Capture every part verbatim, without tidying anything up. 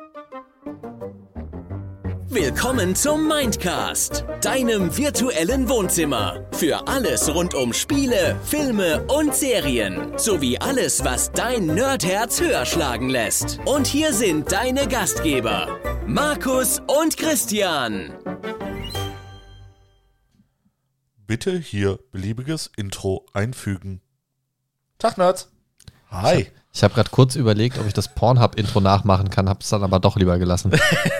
Willkommen zum Mindcast, deinem virtuellen Wohnzimmer. Für alles rund um Spiele, Filme und Serien. Sowie alles, was dein Nerdherz höher schlagen lässt. Und hier sind deine Gastgeber, Markus und Christian. Bitte hier beliebiges Intro einfügen. Tag, Nerds. Hi. Ich, ich habe gerade kurz überlegt, ob ich das Pornhub-Intro nachmachen kann, habe es dann aber doch lieber gelassen.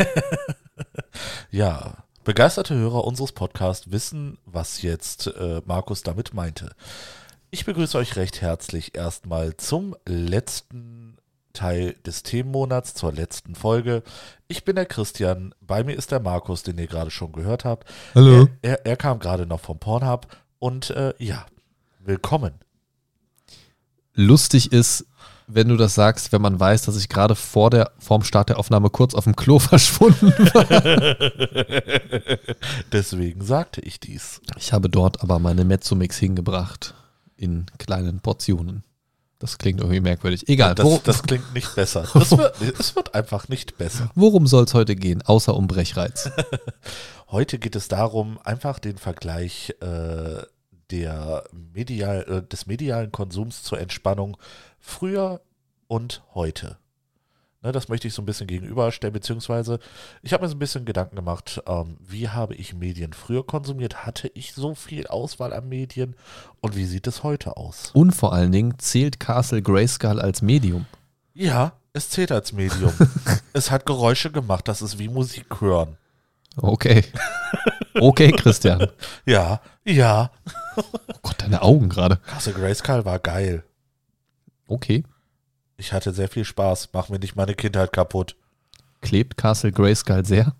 Ja, begeisterte Hörer unseres Podcasts wissen, was jetzt äh, Markus damit meinte. Ich begrüße euch recht herzlich erstmal zum letzten Teil des Themenmonats, zur letzten Folge. Ich bin der Christian, bei mir ist der Markus, den ihr gerade schon gehört habt. Hallo. Er, er, er kam gerade noch vom Pornhub und äh, ja, willkommen. Lustig ist, wenn du das sagst, wenn man weiß, dass ich gerade vor der vorm Start der Aufnahme kurz auf dem Klo verschwunden war. Deswegen sagte ich dies. Ich habe dort aber meine Mezzomix hingebracht in kleinen Portionen. Das klingt irgendwie merkwürdig. Egal. Das, Wor- das klingt nicht besser. Das wird, es wird einfach nicht besser. Worum soll es heute gehen, außer um Brechreiz? Heute geht es darum, einfach den Vergleich äh, der medial, äh, des medialen Konsums zur Entspannung früher und heute. Ne, das möchte ich so ein bisschen gegenüberstellen, beziehungsweise ich habe mir so ein bisschen Gedanken gemacht, ähm, wie habe ich Medien früher konsumiert? Hatte ich so viel Auswahl an Medien? Und wie sieht es heute aus? Und vor allen Dingen zählt Castle Grayskull als Medium. Ja, es zählt als Medium. Es hat Geräusche gemacht, das ist wie Musik hören. Okay. Okay, Christian. Ja, ja. Oh Gott, deine Augen gerade. Castle Grayskull war geil. Okay. Ich hatte sehr viel Spaß. Mach mir nicht meine Kindheit kaputt. Klebt Castle Grayskull sehr?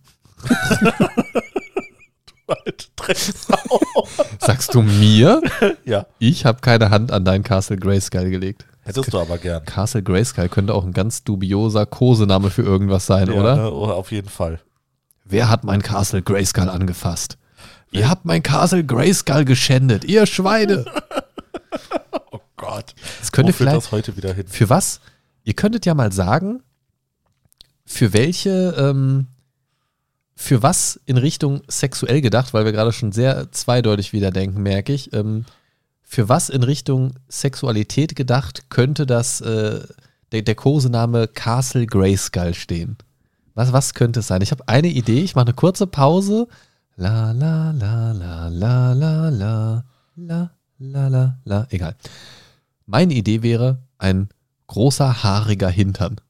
Du alte Drecksau. Sagst du mir? Ja. Ich habe keine Hand an deinen Castle Grayskull gelegt. Hättest du aber gern. Castle Grayskull könnte auch ein ganz dubioser Kosename für irgendwas sein, Ja, oder? ne, oh, auf jeden Fall. Wer hat mein Castle Grayskull angefasst? Ihr habt mein Castle Grayskull geschändet, ihr Schweine! Oh Gott. Das könnte Wo führt vielleicht, das heute wieder hin? für was? Ihr könntet ja mal sagen, für welche, ähm, für was in Richtung sexuell gedacht, weil wir gerade schon sehr zweideutig wieder denken, merke ich, ähm, für was in Richtung Sexualität gedacht könnte das, äh, der, der Kosename Castle Grayskull stehen? Was, was könnte es sein? Ich habe eine Idee, ich mache eine kurze Pause. La la la la la la la la la la la. Egal. Meine Idee wäre ein großer, haariger Hintern.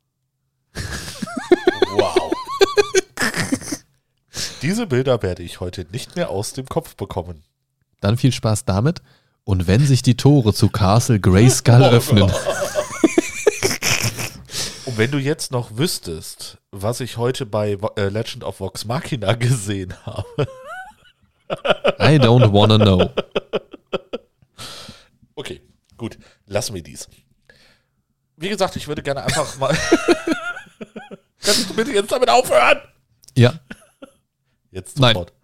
Wow. Diese Bilder werde ich heute nicht mehr aus dem Kopf bekommen. Dann viel Spaß damit. Und wenn sich die Tore zu Castle Grayskull Oh öffnen. Und wenn du jetzt noch wüsstest, was ich heute bei äh, Legend of Vox Machina gesehen habe. I don't wanna know. Okay, gut, lassen wir dies. Wie gesagt, ich würde gerne einfach mal... Kannst du bitte jetzt damit aufhören? Ja, Jetzt Nein. sofort.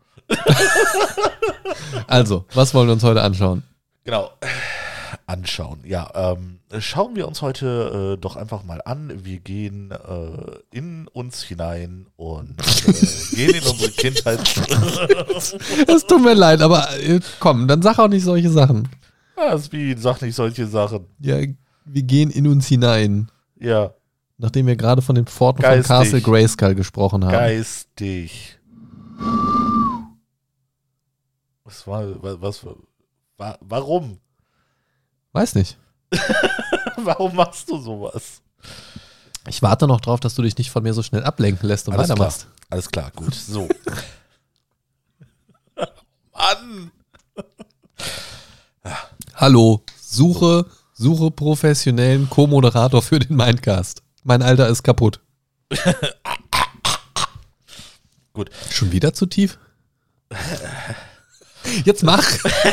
also, was wollen wir uns heute anschauen? Genau. Anschauen. Ja, ähm, schauen wir uns heute äh, doch einfach mal an. Wir gehen äh, in uns hinein und äh, gehen in unsere Kindheit. Es tut mir leid, aber äh, komm, dann sag auch nicht solche Sachen. Was, wie, sag nicht solche Sachen. Ja, wir gehen in uns hinein. Ja, Nachdem wir gerade von den Pforten Geistig. von Castle Grayskull gesprochen haben. geistig. Was war, was, was wa, warum? Weiß nicht. Warum machst du sowas? Ich warte noch drauf, dass du dich nicht von mir so schnell ablenken lässt und Alles klar, weitermachst. alles klar, gut. So. Mann! Hallo, suche, suche professionellen Co-Moderator für den Mindcast. Mein Alter ist kaputt. Gut. Schon wieder zu tief? Jetzt mach!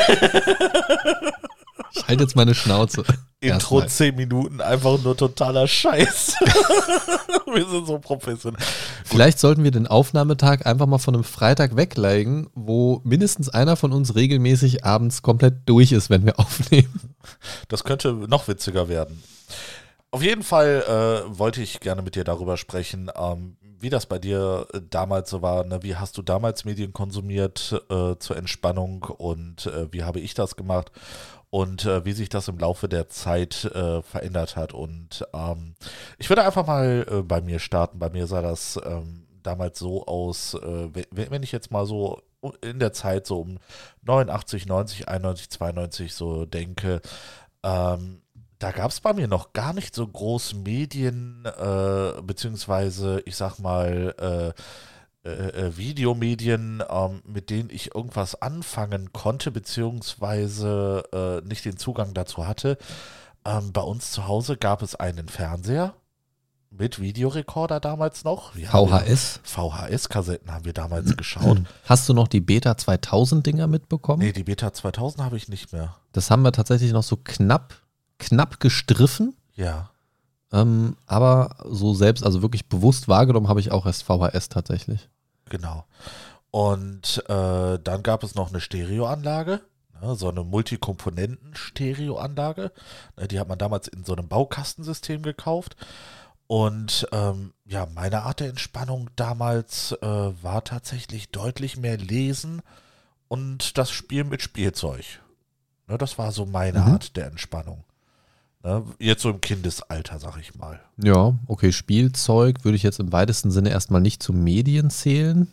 Ich halte jetzt meine Schnauze. Intro Erstmal. zehn Minuten, einfach nur totaler Scheiß. Wir sind so professionell. Vielleicht sollten wir den Aufnahmetag einfach mal von einem Freitag weglegen, wo mindestens einer von uns regelmäßig abends komplett durch ist, wenn wir aufnehmen. Das könnte noch witziger werden. Auf jeden Fall äh, wollte ich gerne mit dir darüber sprechen. Ähm, wie das bei dir äh, damals so war. Ne? Wie hast du damals Medien konsumiert äh, zur Entspannung und äh, wie habe ich das gemacht und äh, wie sich das im Laufe der Zeit äh, verändert hat. Und ähm, ich würde einfach mal äh, bei mir starten. Bei mir sah das ähm, damals so aus, äh, wenn, wenn ich jetzt mal so in der Zeit so um neunundachtzig, neunzig, einundneunzig, zweiundneunzig so denke, ähm, da gab es bei mir noch gar nicht so groß Medien, äh, beziehungsweise ich sag mal äh, äh, Videomedien, ähm, mit denen ich irgendwas anfangen konnte, beziehungsweise äh, nicht den Zugang dazu hatte. Ähm, bei uns zu Hause gab es einen Fernseher mit Videorekorder damals noch. Wir V H S? V H S-Kassetten haben wir damals geschaut. Hast du noch die Beta zweitausend Dinger mitbekommen? Nee, die Beta zweitausend habe ich nicht mehr. Das haben wir tatsächlich noch so knapp, knapp gestriffen. Ja. Ähm, aber so selbst, also wirklich bewusst wahrgenommen habe ich auch erst V H S tatsächlich. Genau. Und äh, dann gab es noch eine Stereoanlage, ne, so eine Multikomponenten-Stereoanlage. Ne, die hat man damals in so einem Baukastensystem gekauft. Und ähm, ja, meine Art der Entspannung damals äh, war tatsächlich deutlich mehr Lesen und das Spiel mit Spielzeug. Ne, das war so meine Mhm. Art der Entspannung. Ne, jetzt so im Kindesalter, sag ich mal. Ja, okay, Spielzeug würde ich jetzt im weitesten Sinne erstmal nicht zu Medien zählen,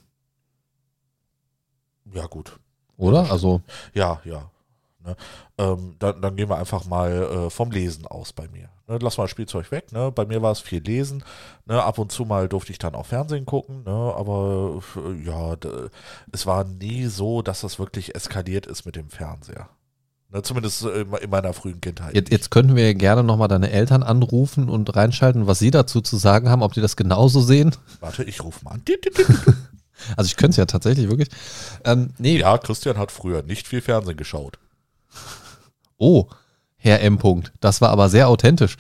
Ja, gut. oder? Ja, Also, Ja, ja. Ne? Ähm, dann, dann gehen wir einfach mal äh, vom Lesen aus bei mir. Ne? Lass mal Spielzeug weg. Ne? Bei mir war es viel Lesen. Ne? Ab und zu mal durfte ich dann auch Fernsehen gucken. Ne? Aber äh, ja, d- es war nie so, dass das wirklich eskaliert ist mit dem Fernseher. Ne? Zumindest äh, in in meiner frühen Kindheit. jetzt, jetzt könnten wir gerne nochmal deine Eltern anrufen und reinschalten, was sie dazu zu sagen haben, ob die das genauso sehen. Warte, ich rufe mal an. Also ich könnte es ja tatsächlich wirklich. Ähm, nee, Ja, Christian hat früher nicht viel Fernsehen geschaut. oh, Herr M. Punkt, das war aber sehr authentisch.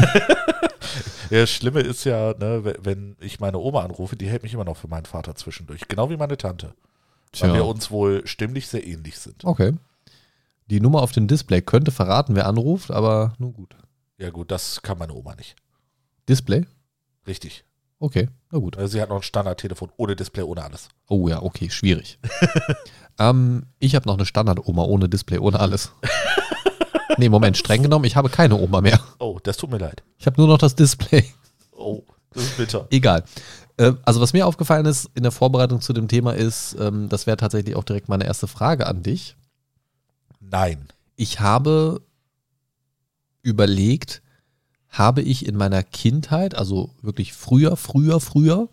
Ja, das Schlimme ist ja, ne, we- wenn ich meine Oma anrufe, die hält mich immer noch für meinen Vater zwischendurch. Genau wie meine Tante. Weil wir uns wohl stimmlich sehr ähnlich sind. Okay. Die Nummer auf dem Display könnte verraten, wer anruft, aber nun gut. Ja gut, das kann meine Oma nicht. Display? Richtig. Okay, na gut. Also sie hat noch ein Standardtelefon ohne Display, ohne alles. Oh ja, okay, schwierig. ähm, ich habe noch eine Standard-Oma ohne Display, ohne alles. Nee, Moment, streng genommen, ich habe keine Oma mehr. Oh, das tut mir leid. Ich habe nur noch das Display. Oh, das ist bitter. Egal. Äh, also was mir aufgefallen ist in der Vorbereitung zu dem Thema ist, ähm, das wäre tatsächlich auch direkt meine erste Frage an dich. Nein. Ich habe überlegt, habe ich in meiner Kindheit, also wirklich früher, früher, früher,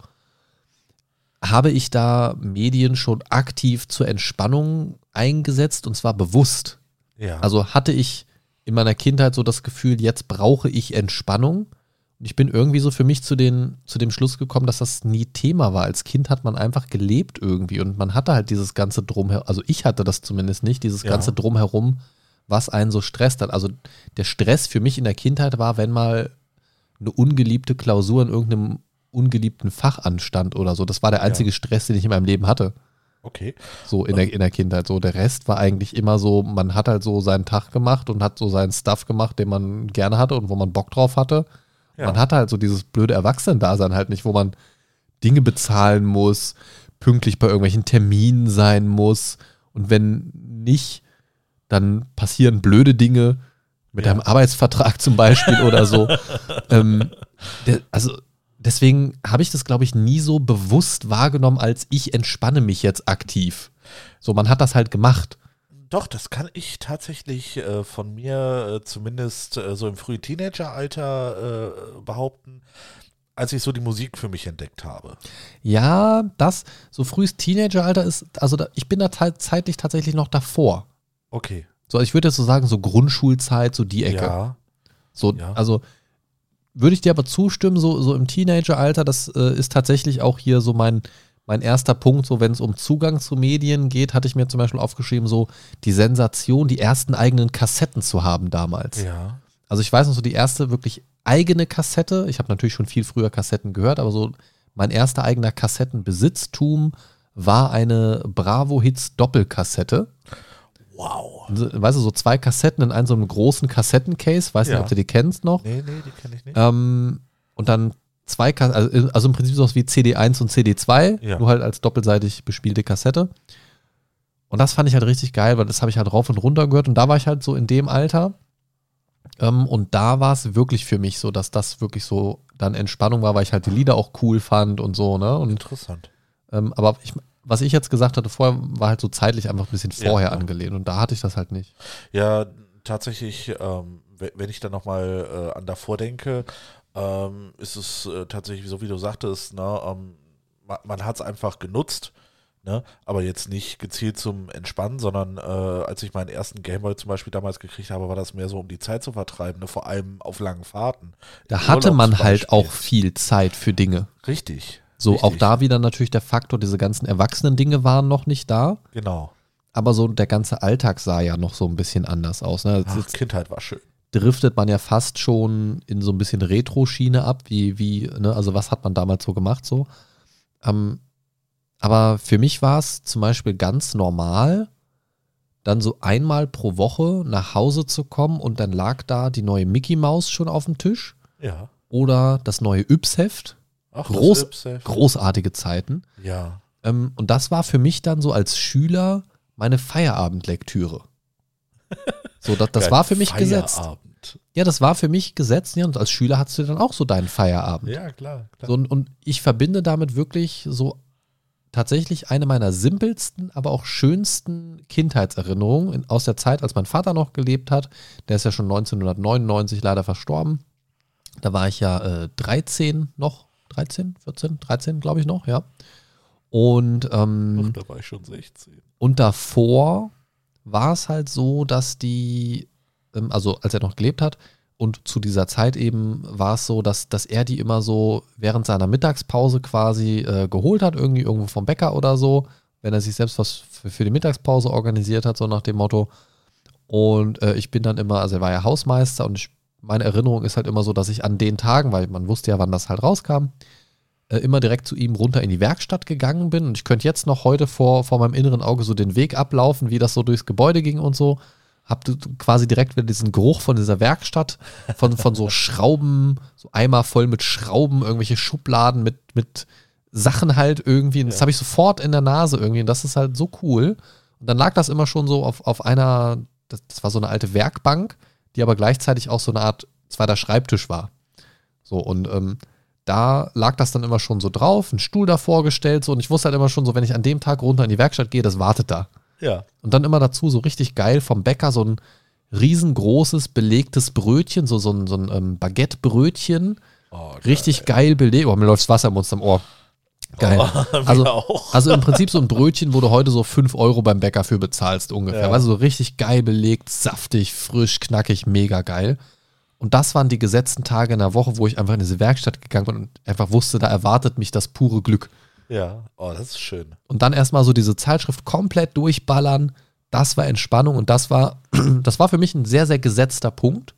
habe ich da Medien schon aktiv zur Entspannung eingesetzt und zwar bewusst. Ja. Also hatte ich in meiner Kindheit so das Gefühl, jetzt brauche ich Entspannung. Und ich bin irgendwie so für mich zu, den, zu dem Schluss gekommen, dass das nie Thema war. Als Kind hat man einfach gelebt irgendwie und man hatte halt dieses ganze Drumherum, also ich hatte das zumindest nicht, dieses Ja. ganze Drumherum, was einen so stresst hat. Also der Stress für mich in der Kindheit war, wenn mal eine ungeliebte Klausur in irgendeinem ungeliebten Fach anstand oder so. Das war der einzige Ja. Stress, den ich in meinem Leben hatte. Okay. So in der, in der Kindheit. So der Rest war eigentlich immer so, man hat halt so seinen Tag gemacht und hat so seinen Stuff gemacht, den man gerne hatte und wo man Bock drauf hatte. Ja. Man hatte halt so dieses blöde Erwachsenen-Dasein halt nicht, wo man Dinge bezahlen muss, pünktlich bei irgendwelchen Terminen sein muss und wenn nicht, dann passieren blöde Dinge mit Ja. einem Arbeitsvertrag zum Beispiel oder so. ähm, der, also deswegen habe ich das, glaube ich, nie so bewusst wahrgenommen, als ich entspanne mich jetzt aktiv. So, man hat das halt gemacht. Doch, das kann ich tatsächlich äh, von mir äh, zumindest äh, so im frühen Teenageralter äh, behaupten, als ich so die Musik für mich entdeckt habe. Ja, das, so frühes Teenageralter ist, also da, ich bin da te- zeitlich tatsächlich noch davor. Okay. So, ich würde jetzt so sagen, so Grundschulzeit, so die Ecke. Ja. So, Ja. also würde ich dir aber zustimmen, so, so im Teenageralter, das äh, ist tatsächlich auch hier so mein, mein erster Punkt, so wenn es um Zugang zu Medien geht, hatte ich mir zum Beispiel aufgeschrieben, so die Sensation, die ersten eigenen Kassetten zu haben damals. Ja. Also ich weiß noch so die erste wirklich eigene Kassette, ich habe natürlich schon viel früher Kassetten gehört, aber so mein erster eigener Kassettenbesitztum war eine Bravo Hits Doppelkassette. Wow. Weißt du, so zwei Kassetten in einem so einem großen Kassettencase, weiß Ja. nicht, ob du die kennst noch. Nee, nee, die kenne ich nicht. Ähm, und dann zwei, Ka- also, also im Prinzip sowas wie C D eins und C D zwei, Ja. nur halt als doppelseitig bespielte Kassette. Und das fand ich halt richtig geil, weil das habe ich halt rauf und runter gehört und da war ich halt so in dem Alter. Ähm, und da war es wirklich für mich so, dass das wirklich so dann Entspannung war, weil ich halt die Lieder auch cool fand und so, ne? Und, Interessant. ähm, aber ich, was ich jetzt gesagt hatte vorher, war halt so zeitlich einfach ein bisschen Ja, vorher klar. angelehnt und da hatte ich das halt nicht. Ja, tatsächlich, ähm, we- wenn ich dann nochmal äh, an davor denke, ähm, ist es äh, tatsächlich, so wie du sagtest, ne, ähm, man, man hat es einfach genutzt, ne, aber jetzt nicht gezielt zum Entspannen, sondern äh, als ich meinen ersten Gameboy zum Beispiel damals gekriegt habe, war das mehr so, um die Zeit zu vertreiben, ne, vor allem auf langen Fahrten. Da Im hatte Urlaub man zum halt Beispiel. auch viel Zeit für Dinge. Richtig. So, richtig. auch da wieder natürlich der Faktor, diese ganzen Erwachsenen-Dinge waren noch nicht da, Genau. aber so der ganze Alltag sah ja noch so ein bisschen anders aus. Ne? Jetzt, Ach, jetzt Kindheit war schön. driftet man ja fast schon in so ein bisschen Retro-Schiene ab, wie, wie, ne, also was hat man damals so gemacht so. Ähm, aber für mich war es zum Beispiel ganz normal, dann so einmal pro Woche nach Hause zu kommen und dann lag da die neue Mickey Maus schon auf dem Tisch Ja. oder das neue Yps-Heft. Ach, Groß- das Yps-Heft. Großartige Zeiten. Ja. Ähm, und das war für mich dann so als Schüler meine Feierabendlektüre. So, das, das Geil. war für mich gesetzt. Feierabend. Ja, das war für mich gesetzt. Ja, und als Schüler hattest du dann auch so deinen Feierabend. Ja, klar. klar. So, und, und ich verbinde damit wirklich so tatsächlich eine meiner simpelsten, aber auch schönsten Kindheitserinnerungen in, aus der Zeit, als mein Vater noch gelebt hat. Der ist ja schon neunzehnhundertneunundneunzig leider verstorben. Da war ich ja äh, dreizehn noch, dreizehn, vierzehn, dreizehn glaube ich noch, ja. Und, ähm, Ach, da war ich schon sechzehn. und davor war es halt so, dass die, ähm, also als er noch gelebt hat, und zu dieser Zeit eben war es so, dass, dass er die immer so während seiner Mittagspause quasi äh, geholt hat, irgendwie irgendwo vom Bäcker oder so, wenn er sich selbst was für, für die Mittagspause organisiert hat, so nach dem Motto. Und äh, ich bin dann immer, also er war ja Hausmeister und ich, meine Erinnerung ist halt immer so, dass ich an den Tagen, weil man wusste ja, wann das halt rauskam, äh, immer direkt zu ihm runter in die Werkstatt gegangen bin. Und ich könnte jetzt noch heute vor, vor meinem inneren Auge so den Weg ablaufen, wie das so durchs Gebäude ging und so. Hab du quasi direkt wieder diesen Geruch von dieser Werkstatt, von, von so Schrauben, so Eimer voll mit Schrauben, irgendwelche Schubladen mit, mit Sachen halt irgendwie. Und das Ja. habe ich sofort in der Nase irgendwie. Und das ist halt so cool. Und dann lag das immer schon so auf, auf einer, das, das war so eine alte Werkbank, die aber gleichzeitig auch so eine Art zweiter Schreibtisch war. So, und ähm, da lag das dann immer schon so drauf, ein Stuhl davor gestellt, so, und ich wusste halt immer schon so, wenn ich an dem Tag runter in die Werkstatt gehe, das wartet da. Ja. Und dann immer dazu so richtig geil vom Bäcker so ein riesengroßes belegtes Brötchen, so, so ein, so ein ähm, Baguette-Brötchen. Oh, geil. Richtig geil belegt. Oh, mir läuft's Wasser im Mund am Ohr. Geil. Oh, mir Also, auch. also im Prinzip so ein Brötchen, wo du heute so fünf Euro beim Bäcker für bezahlst ungefähr. Ja. Weißt du, so richtig geil belegt, saftig, frisch, knackig, mega geil. Und das waren die gesetzten Tage in der Woche, wo ich einfach in diese Werkstatt gegangen bin und einfach wusste, da erwartet mich das pure Glück. Ja, oh, das ist schön. Und dann erstmal so diese Zeitschrift komplett durchballern, das war Entspannung und das war, das war für mich ein sehr, sehr gesetzter Punkt.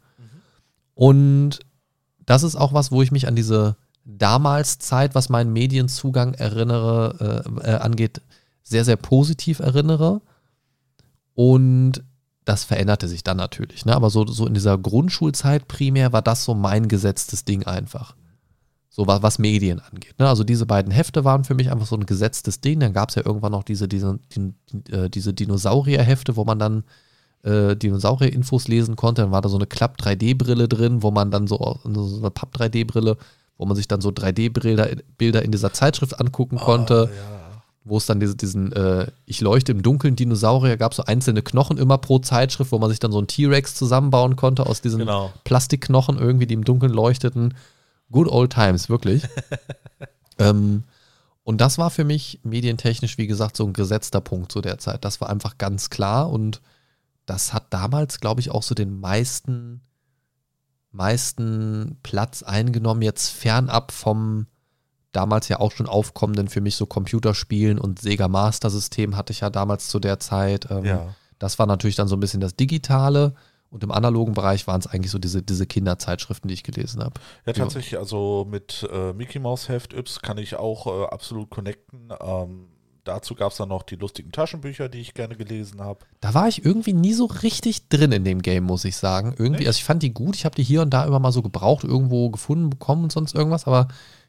Und das ist auch was, wo ich mich an diese Damals-Zeit, was meinen Medienzugang erinnere, äh, äh, angeht, sehr, sehr positiv erinnere. Und das veränderte sich dann natürlich. Ne? Aber so, so in dieser Grundschulzeit primär war das so mein gesetztes Ding einfach. So was, was Medien angeht. Ne? Also diese beiden Hefte waren für mich einfach so ein gesetztes Ding. Dann gab es ja irgendwann noch diese, diese, die, die, äh, diese Dinosaurier-Hefte, wo man dann äh, Dinosaurier-Infos lesen konnte. Dann war da so eine Klapp-drei D Brille drin, wo man dann so, so eine Papp-drei D Brille, wo man sich dann so drei D Bilder, Bilder in dieser Zeitschrift angucken konnte. Oh, ja. Wo es dann diese, diesen äh, Ich leuchte im Dunkeln Dinosaurier gab, so einzelne Knochen immer pro Zeitschrift, wo man sich dann so einen T-Rex zusammenbauen konnte aus diesen Genau. Plastikknochen irgendwie, die im Dunkeln leuchteten. Good old times, wirklich. ähm, und das war für mich medientechnisch, wie gesagt, so ein gesetzter Punkt zu der Zeit. Das war einfach ganz klar und das hat damals, glaube ich, auch so den meisten, meisten Platz eingenommen, jetzt fernab vom damals ja auch schon aufkommenden für mich so Computerspielen und Sega Master System hatte ich ja damals zu der Zeit. Ähm, Ja. Das war natürlich dann so ein bisschen das Digitale. Und im analogen Bereich waren es eigentlich so diese, diese Kinderzeitschriften, die ich gelesen habe. Ja, tatsächlich, also mit äh, Mickey Mouse Heft Yps kann ich auch äh, absolut connecten. Ähm, dazu gab es dann noch die lustigen Taschenbücher, die ich gerne gelesen habe. Da war ich irgendwie nie so richtig drin in dem Game, muss ich sagen. Irgendwie, Echt? also ich fand die gut, ich habe die hier und da immer mal so gebraucht, irgendwo gefunden, bekommen und sonst irgendwas, aber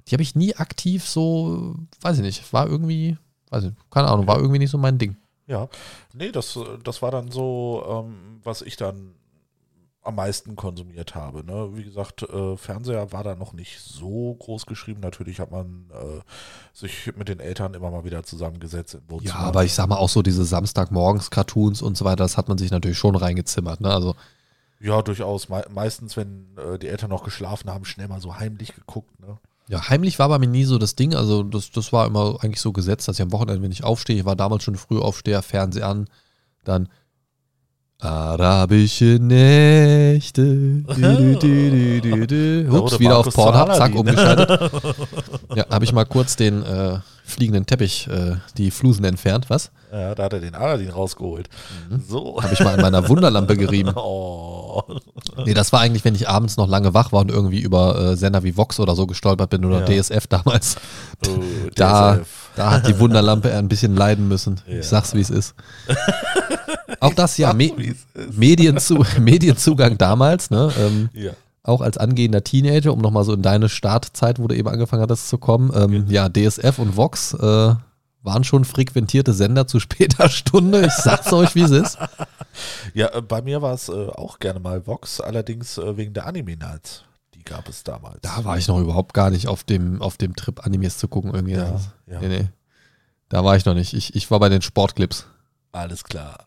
die habe ich nie aktiv so, weiß ich nicht, war irgendwie, weiß ich, keine Ahnung, war irgendwie nicht so mein Ding. Ja, nee, das, das war dann so, ähm, was ich dann am meisten konsumiert habe. Ne? Wie gesagt, äh, Fernseher war da noch nicht so groß geschrieben. Natürlich hat man äh, sich mit den Eltern immer mal wieder zusammengesetzt im Wohnzimmer. Ja, aber ich sag mal auch so diese Samstagmorgens-Cartoons und so weiter, das hat man sich natürlich schon reingezimmert. Ne? Also ja, durchaus. Me- meistens, wenn äh, die Eltern noch geschlafen haben, schnell mal so heimlich geguckt. Ne? ja, heimlich war bei mir nie so das Ding. Also das, das war immer eigentlich so gesetzt, dass ich am Wochenende, wenn ich aufstehe, ich war damals schon Frühaufsteher, Fernseher an, dann arabische Nächte. Du, du, du, du, du. Ups, wieder auf Pornhub, zack, umgeschaltet. Ja, habe ich mal kurz den äh, fliegenden Teppich, äh, die Flusen entfernt, was? Ja, da hat er den Aladdin rausgeholt. Mhm. So. Habe ich mal an meiner Wunderlampe gerieben. Oh. Nee, das war eigentlich, wenn ich abends noch lange wach war und irgendwie über äh, Sender wie Vox oder so gestolpert bin oder Ja. D S F damals. Oh, Da, D S F. da hat die Wunderlampe ein bisschen leiden müssen. Ja. Ich sag's, wie es ist. Auch das, ja, Sag's, Me wie es ist. Medienzu Medienzugang damals, ne? Ähm, Ja. auch als angehender Teenager, um nochmal so in deine Startzeit, wo du eben angefangen hattest zu kommen. Ähm, ja, D S F und Vox äh, waren schon frequentierte Sender zu später Stunde. Ich sag's euch, wie es ist. Ja, äh, bei mir war es äh, auch gerne mal Vox, allerdings äh, wegen der Anime-Nights. Die gab es damals. Da war ich noch überhaupt gar nicht auf dem, auf dem Trip, Animes zu gucken. Irgendwie. Ja, Das- ja. Nee, nee. Da war ich noch nicht. Ich, ich war bei den Sportclips. Alles klar.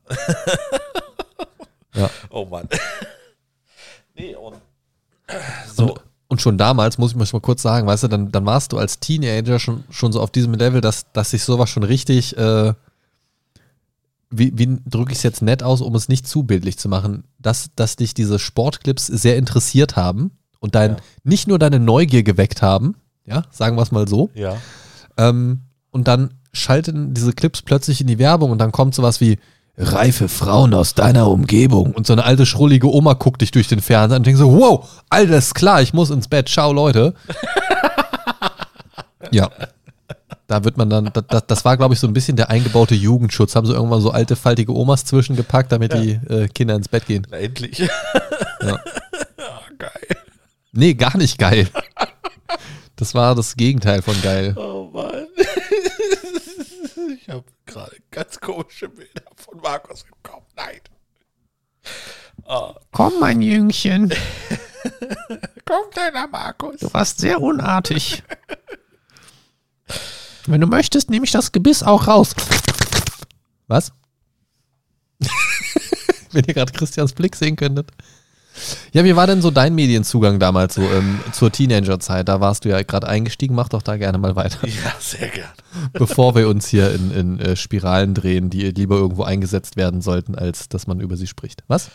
Ja. Oh Mann. Nee, und so. Und, und schon damals, muss ich mal kurz sagen, weißt du, dann, dann warst du als Teenager schon, schon so auf diesem Level, dass, dass sich sowas schon richtig, äh, wie, wie drücke ich es jetzt nett aus, um es nicht zu bildlich zu machen, dass, dass dich diese Sportclips sehr interessiert haben und dein, Ja. nicht nur deine Neugier geweckt haben, ja, sagen wir es mal so, Ja. ähm, und dann schalten diese Clips plötzlich in die Werbung und dann kommt sowas wie reife Frauen aus deiner Umgebung und so eine alte schrullige Oma guckt dich durch den Fernseher und denkt so, wow, alles klar, ich muss ins Bett, ciao Leute. Ja, da wird man dann, das, das war glaube ich so ein bisschen der eingebaute Jugendschutz, haben sie irgendwann so alte faltige Omas zwischengepackt, damit Ja. die äh, Kinder ins Bett gehen. Na, endlich. Ja. Ja, geil. Nee, gar nicht geil. Das war das Gegenteil von geil. Oh Mann. Ich habe gerade ganz komische Bilder von Markus im Kopf. Nein. Ah. Komm, mein Jüngchen, Komm, kleiner Markus. du warst sehr unartig. Wenn du möchtest, nehme ich das Gebiss auch raus. Was? Wenn ihr gerade Christians Blick sehen könntet. Ja, wie war denn so dein Medienzugang damals so ähm, zur Teenagerzeit? Da warst du ja gerade eingestiegen, mach doch da gerne mal weiter. Ja, sehr gern. Bevor wir uns hier in, in äh, Spiralen drehen, die lieber irgendwo eingesetzt werden sollten, als dass man über sie spricht. Was?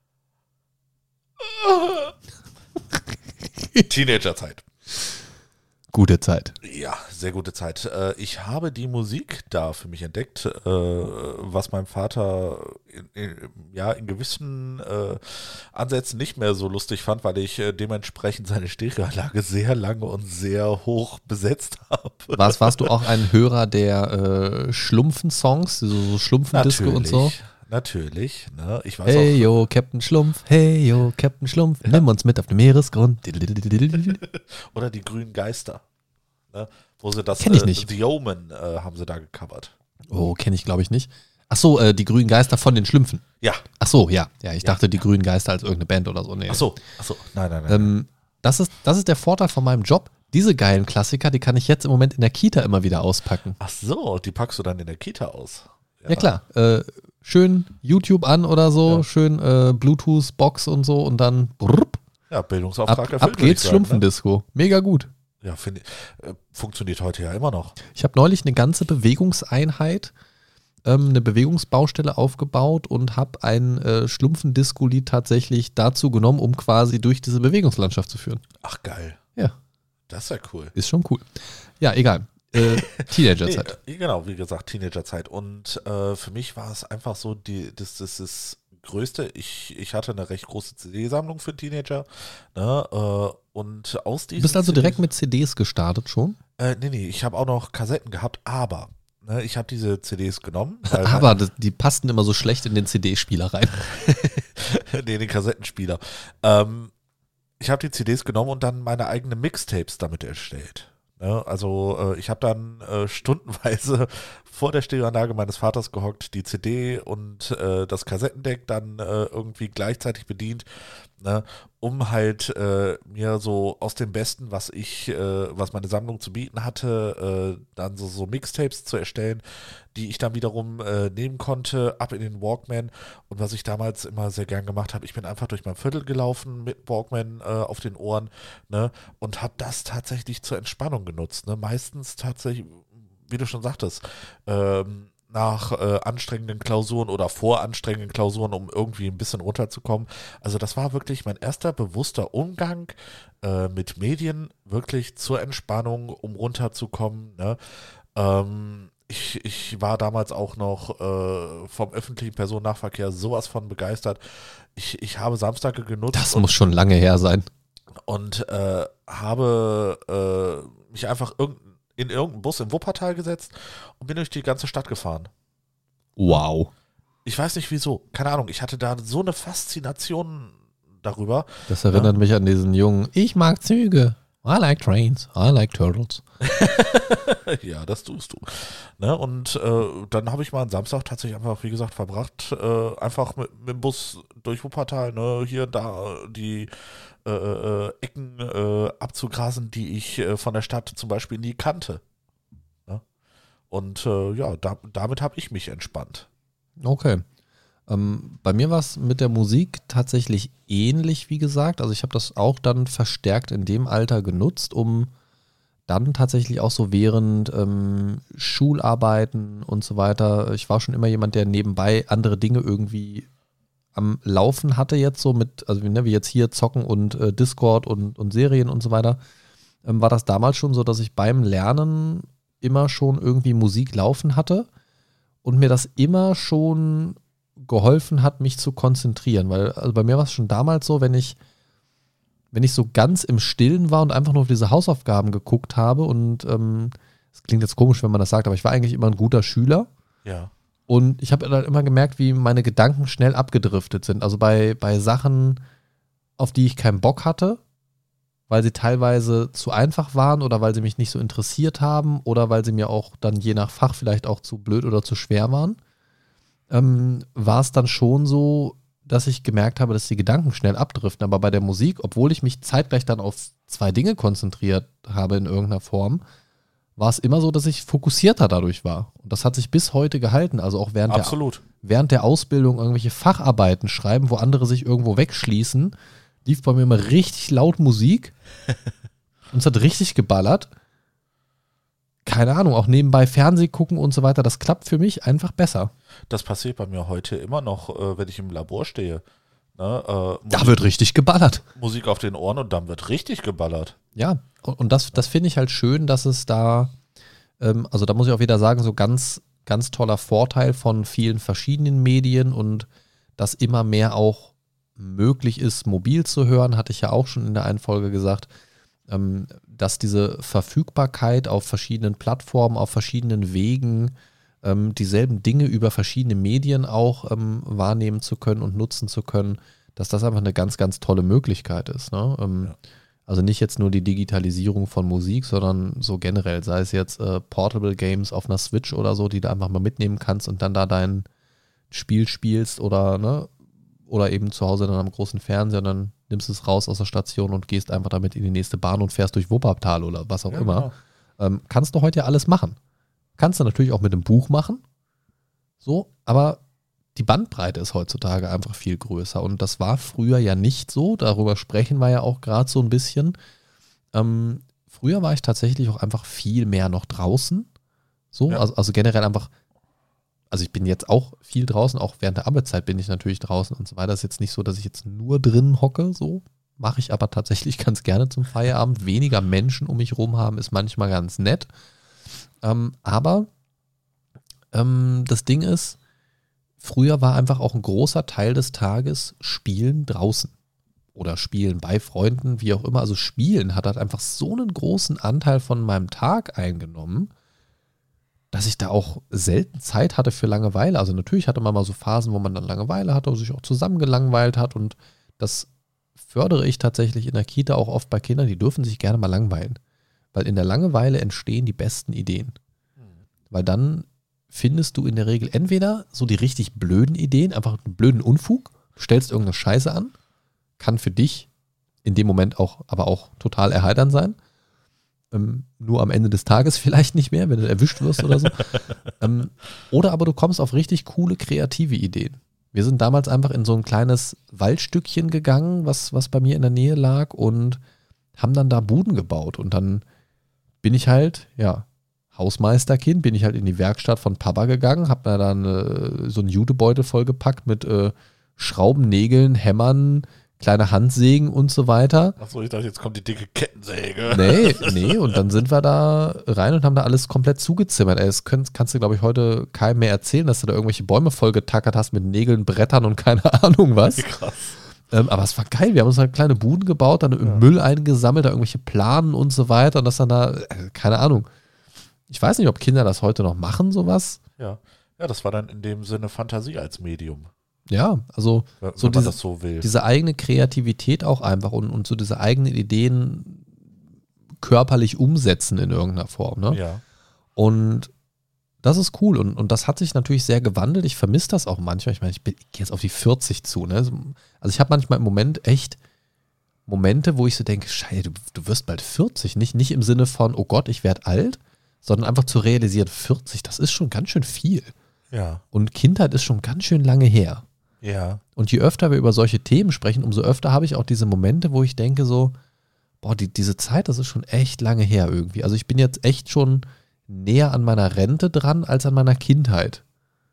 Teenagerzeit. Gute Zeit. Ja, sehr gute Zeit. Äh, Ich habe die Musik da für mich entdeckt, äh, was mein Vater in, in, ja, in gewissen äh, Ansätzen nicht mehr so lustig fand, weil ich äh, dementsprechend seine Stereoanlage sehr lange und sehr hoch besetzt habe. Was, warst du auch ein Hörer der äh, Schlumpfen-Songs, so, so Schlumpfendisco und so? Natürlich. Ne? Ich weiß Hey auch, yo, Captain Schlumpf, hey yo, Captain Schlumpf, nimm uns mit auf den Meeresgrund. oder die grünen Geister. Ne? Wo sie das Kenn ich äh, nicht. The Omen äh, haben sie da gecovert. Oh, kenne ich glaube ich nicht. Ach so, äh, die grünen Geister von den Schlümpfen. Ja. Ach so, ja. Ja, ich Ja. dachte die grünen Geister als irgendeine Band oder so. Nee. Ach so, ach so. Nein, nein, nein. Ähm, das, ist, das ist der Vorteil von meinem Job. Diese geilen Klassiker, die kann ich jetzt im Moment in der Kita immer wieder auspacken. Ach so, die packst du dann in der Kita aus. Ja, klar. Äh, schön YouTube an oder so, Ja. schön äh, Bluetooth-Box und so und dann brrr, Ja, Bildungsauftrag ab, erfüllt. ab würde ich geht's, sagen, ne? Schlumpfendisco. Mega gut. Ja, finde ich, äh, funktioniert heute ja immer noch. Ich habe neulich eine ganze Bewegungseinheit, ähm, eine Bewegungsbaustelle aufgebaut und habe ein äh, Schlumpfendisco-Lied tatsächlich dazu genommen, um quasi durch diese Bewegungslandschaft zu führen. Ach, geil. Ja, Das ist ja cool. ist schon cool. Ja, egal. Äh, Teenagerzeit. Nee, äh, genau, wie gesagt, Teenagerzeit. Und äh, für mich war es einfach so, die, das, das ist das Größte. Ich, ich hatte eine recht große C D-Sammlung für Teenager. Ne, äh, und aus Du diesen bist also C Ds direkt mit C Ds gestartet schon? Äh, nee, nee, ich habe auch noch Kassetten gehabt, aber ne, ich habe diese C Ds genommen. weil Aber das, die passten immer so schlecht in den C D-Spieler rein. nee, den Kassettenspieler. Ähm, ich habe die C Ds genommen und dann meine eigenen Mixtapes damit erstellt. Ne? Also äh, ich habe dann äh, stundenweise vor der Stereoanlage meines Vaters gehockt, die C D und äh, das Kassettendeck dann äh, irgendwie gleichzeitig bedient, ne? Um halt äh, mir so aus dem Besten, was ich, äh, was meine Sammlung zu bieten hatte, äh, dann so, so Mixtapes zu erstellen, die ich dann wiederum äh, nehmen konnte, ab in den Walkman. Und was ich damals immer sehr gern gemacht habe, ich bin einfach durch mein Viertel gelaufen mit Walkman äh, auf den Ohren, ne? Und habe das tatsächlich zur Entspannung genutzt. Ne? Meistens tatsächlich, wie du schon sagtest, ähm, nach äh, anstrengenden Klausuren oder vor anstrengenden Klausuren, um irgendwie ein bisschen runterzukommen. Also das war wirklich mein erster bewusster Umgang äh, mit Medien, wirklich zur Entspannung, um runterzukommen. Ne? Ähm, ich, ich war damals auch noch äh, vom öffentlichen Personennahverkehr sowas von begeistert. Ich, ich habe Samstage genutzt. Das muss schon lange her sein. Und äh, habe äh, mich einfach irgendein in irgendeinen Bus in Wuppertal gesetzt und bin durch die ganze Stadt gefahren. Wow. Ich weiß nicht wieso, keine Ahnung, ich hatte da so eine Faszination darüber. Das erinnert ja. mich an diesen Jungen, ich mag Züge. I like trains, I like turtles. Ja, das tust du. Ne? Und äh, dann habe ich mal einen Samstag tatsächlich einfach, wie gesagt, verbracht, äh, einfach mit, mit dem Bus durch Wuppertal, ne? Hier, da die äh, äh, Ecken äh, abzugrasen, die ich äh, von der Stadt zum Beispiel nie kannte. Ne? Und äh, ja, da, damit habe ich mich entspannt. Okay. Ähm, bei mir war es mit der Musik tatsächlich ähnlich, wie gesagt. Also ich habe das auch dann verstärkt in dem Alter genutzt, um dann tatsächlich auch so während ähm, Schularbeiten und so weiter. Ich war schon immer jemand, der nebenbei andere Dinge irgendwie am Laufen hatte jetzt so mit, also ne, wie jetzt hier Zocken und äh, Discord und, und Serien und so weiter. Ähm, war das damals schon so, dass ich beim Lernen immer schon irgendwie Musik laufen hatte und mir das immer schon geholfen hat, mich zu konzentrieren, weil also bei mir war es schon damals so, wenn ich wenn ich so ganz im Stillen war und einfach nur auf diese Hausaufgaben geguckt habe und ähm, das klingt jetzt komisch, wenn man das sagt, aber ich war eigentlich immer ein guter Schüler. Ja. Und ich habe dann immer gemerkt, wie meine Gedanken schnell abgedriftet sind. Also bei, bei Sachen, auf die ich keinen Bock hatte, weil sie teilweise zu einfach waren oder weil sie mich nicht so interessiert haben oder weil sie mir auch dann je nach Fach vielleicht auch zu blöd oder zu schwer waren, ähm, war es dann schon so, dass ich gemerkt habe, dass die Gedanken schnell abdriften. Aber bei der Musik, obwohl ich mich zeitgleich dann auf zwei Dinge konzentriert habe in irgendeiner Form, war es immer so, dass ich fokussierter dadurch war. Und das hat sich bis heute gehalten. Also auch während, Absolut. der, während der Ausbildung irgendwelche Facharbeiten schreiben, wo andere sich irgendwo wegschließen, lief bei mir immer richtig laut Musik. Und es hat richtig geballert. Keine Ahnung, auch nebenbei Fernseh gucken und so weiter, das klappt für mich einfach besser. Das passiert bei mir heute immer noch, äh, wenn ich im Labor stehe. Ne, äh, Musik, da wird richtig geballert. Musik auf den Ohren und dann wird richtig geballert. Ja, und, und das, das finde ich halt schön, dass es da, ähm, also da muss ich auch wieder sagen, so ganz, ganz toller Vorteil von vielen verschiedenen Medien und dass immer mehr auch möglich ist, mobil zu hören, hatte ich ja auch schon in der einen Folge gesagt, ähm, dass diese Verfügbarkeit auf verschiedenen Plattformen, auf verschiedenen Wegen, ähm, dieselben Dinge über verschiedene Medien auch ähm, wahrnehmen zu können und nutzen zu können, dass das einfach eine ganz, ganz tolle Möglichkeit ist. Ne? Ähm, ja. Also nicht jetzt nur die Digitalisierung von Musik, sondern so generell, sei es jetzt äh, Portable Games auf einer Switch oder so, die du einfach mal mitnehmen kannst und dann da dein Spiel spielst oder, ne, oder eben zu Hause dann am großen Fernseher und dann nimmst du es raus aus der Station und gehst einfach damit in die nächste Bahn und fährst durch Wuppertal oder was auch ja, immer. Genau. Ähm, kannst du heute ja alles machen. Kannst du natürlich auch mit einem Buch machen, so, aber die Bandbreite ist heutzutage einfach viel größer und das war früher ja nicht so, darüber sprechen wir ja auch gerade so ein bisschen. Ähm, früher war ich tatsächlich auch einfach viel mehr noch draußen, so, ja. also, also generell einfach, also ich bin jetzt auch viel draußen, auch während der Arbeitszeit bin ich natürlich draußen und so weiter. Es ist jetzt nicht so, dass ich jetzt nur drin hocke, so mache ich aber tatsächlich ganz gerne zum Feierabend. Weniger Menschen um mich rum haben, ist manchmal ganz nett. Ähm, aber ähm, das Ding ist, früher war einfach auch ein großer Teil des Tages Spielen draußen oder Spielen bei Freunden, wie auch immer. Also Spielen hat halt einfach so einen großen Anteil von meinem Tag eingenommen, dass ich da auch selten Zeit hatte für Langeweile. Also natürlich hatte man mal so Phasen, wo man dann Langeweile hatte und sich auch zusammengelangweilt hat und das fördere ich tatsächlich in der Kita auch oft bei Kindern, die dürfen sich gerne mal langweilen. weil in der Langeweile entstehen die besten Ideen. Weil dann findest du in der Regel entweder so die richtig blöden Ideen, einfach einen blöden Unfug, du stellst irgendeine Scheiße an, kann für dich in dem Moment auch, aber auch total erheiternd sein. Ähm, nur am Ende des Tages vielleicht nicht mehr, wenn du erwischt wirst oder so. ähm, oder aber du kommst auf richtig coole, kreative Ideen. Wir sind damals einfach in so ein kleines Waldstückchen gegangen, was, was bei mir in der Nähe lag und haben dann da Buden gebaut. Und dann bin ich halt, ja, Hausmeisterkind, bin ich halt in die Werkstatt von Papa gegangen, hab mir dann äh, so einen Jutebeutel vollgepackt mit äh, Schrauben, Nägeln, Hämmern, kleine Handsägen und so weiter. Achso, ich dachte, jetzt kommt die dicke Kettensäge. Nee, nee, und dann sind wir da rein und haben da alles komplett zugezimmert. Ey, das könnt, kannst du, glaube ich, heute keinem mehr erzählen, dass du da irgendwelche Bäume vollgetackert hast mit Nägeln, Brettern und keine Ahnung was. Krass. Ähm, aber es war geil, wir haben uns halt kleine Buden gebaut, dann im Ja. Müll eingesammelt, da irgendwelche Planen und so weiter und das dann da, äh, keine Ahnung. Ich weiß nicht, ob Kinder das heute noch machen, sowas. Ja. Ja, das war dann in dem Sinne Fantasie als Medium, Ja, also wenn so man diese, das so will. diese eigene Kreativität auch einfach und, und so diese eigenen Ideen körperlich umsetzen in irgendeiner Form. Ne? Ja. Und das ist cool und, und das hat sich natürlich sehr gewandelt. Ich vermisse das auch manchmal. Ich meine, ich, bin- ich gehe jetzt auf die vierzig zu. Ne? Also ich habe manchmal im Moment echt Momente, wo ich so denke, Scheiße, du, du wirst bald vierzig. Nicht, nicht im Sinne von, oh Gott, ich werde alt, sondern einfach zu realisieren, vierzig, das ist schon ganz schön viel. Ja. Und Kindheit ist schon ganz schön lange her. Ja. Und je öfter wir über solche Themen sprechen, umso öfter habe ich auch diese Momente, wo ich denke so, boah, die, diese Zeit, das ist schon echt lange her irgendwie. Also ich bin jetzt echt schon näher an meiner Rente dran als an meiner Kindheit.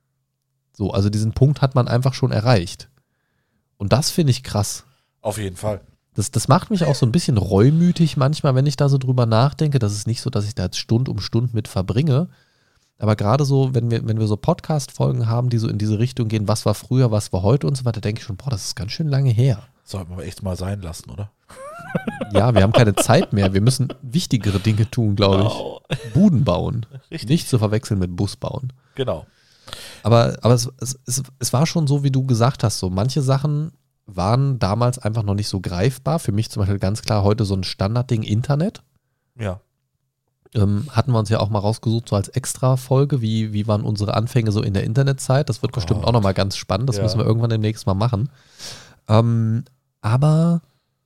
So, also diesen Punkt hat man einfach schon erreicht. Und das finde ich krass. Auf jeden Fall. Das, das macht mich auch so ein bisschen reumütig manchmal, wenn ich da so drüber nachdenke. Das ist nicht so, dass ich da jetzt Stund um Stund mit verbringe. Aber gerade so, wenn wir, wenn wir so Podcast-Folgen haben, die so in diese Richtung gehen, was war früher, was war heute und so weiter, denke ich schon, boah, das ist ganz schön lange her. Sollten wir echt mal sein lassen, oder? Ja, wir haben keine Zeit mehr. Wir müssen wichtigere Dinge tun, glaube ich. Buden bauen. Richtig. Nicht zu verwechseln mit Bus bauen. Genau. Aber, aber es, es, es, es war schon so, wie du gesagt hast, so manche Sachen waren damals einfach noch nicht so greifbar. Für mich zum Beispiel ganz klar heute so ein Standardding Internet. Ja. Ähm, hatten wir uns ja auch mal rausgesucht, so als Extra-Folge, wie, wie waren unsere Anfänge so in der Internetzeit. Das wird bestimmt Gott. auch nochmal ganz spannend. Das Ja. müssen wir irgendwann demnächst mal machen. Ähm, aber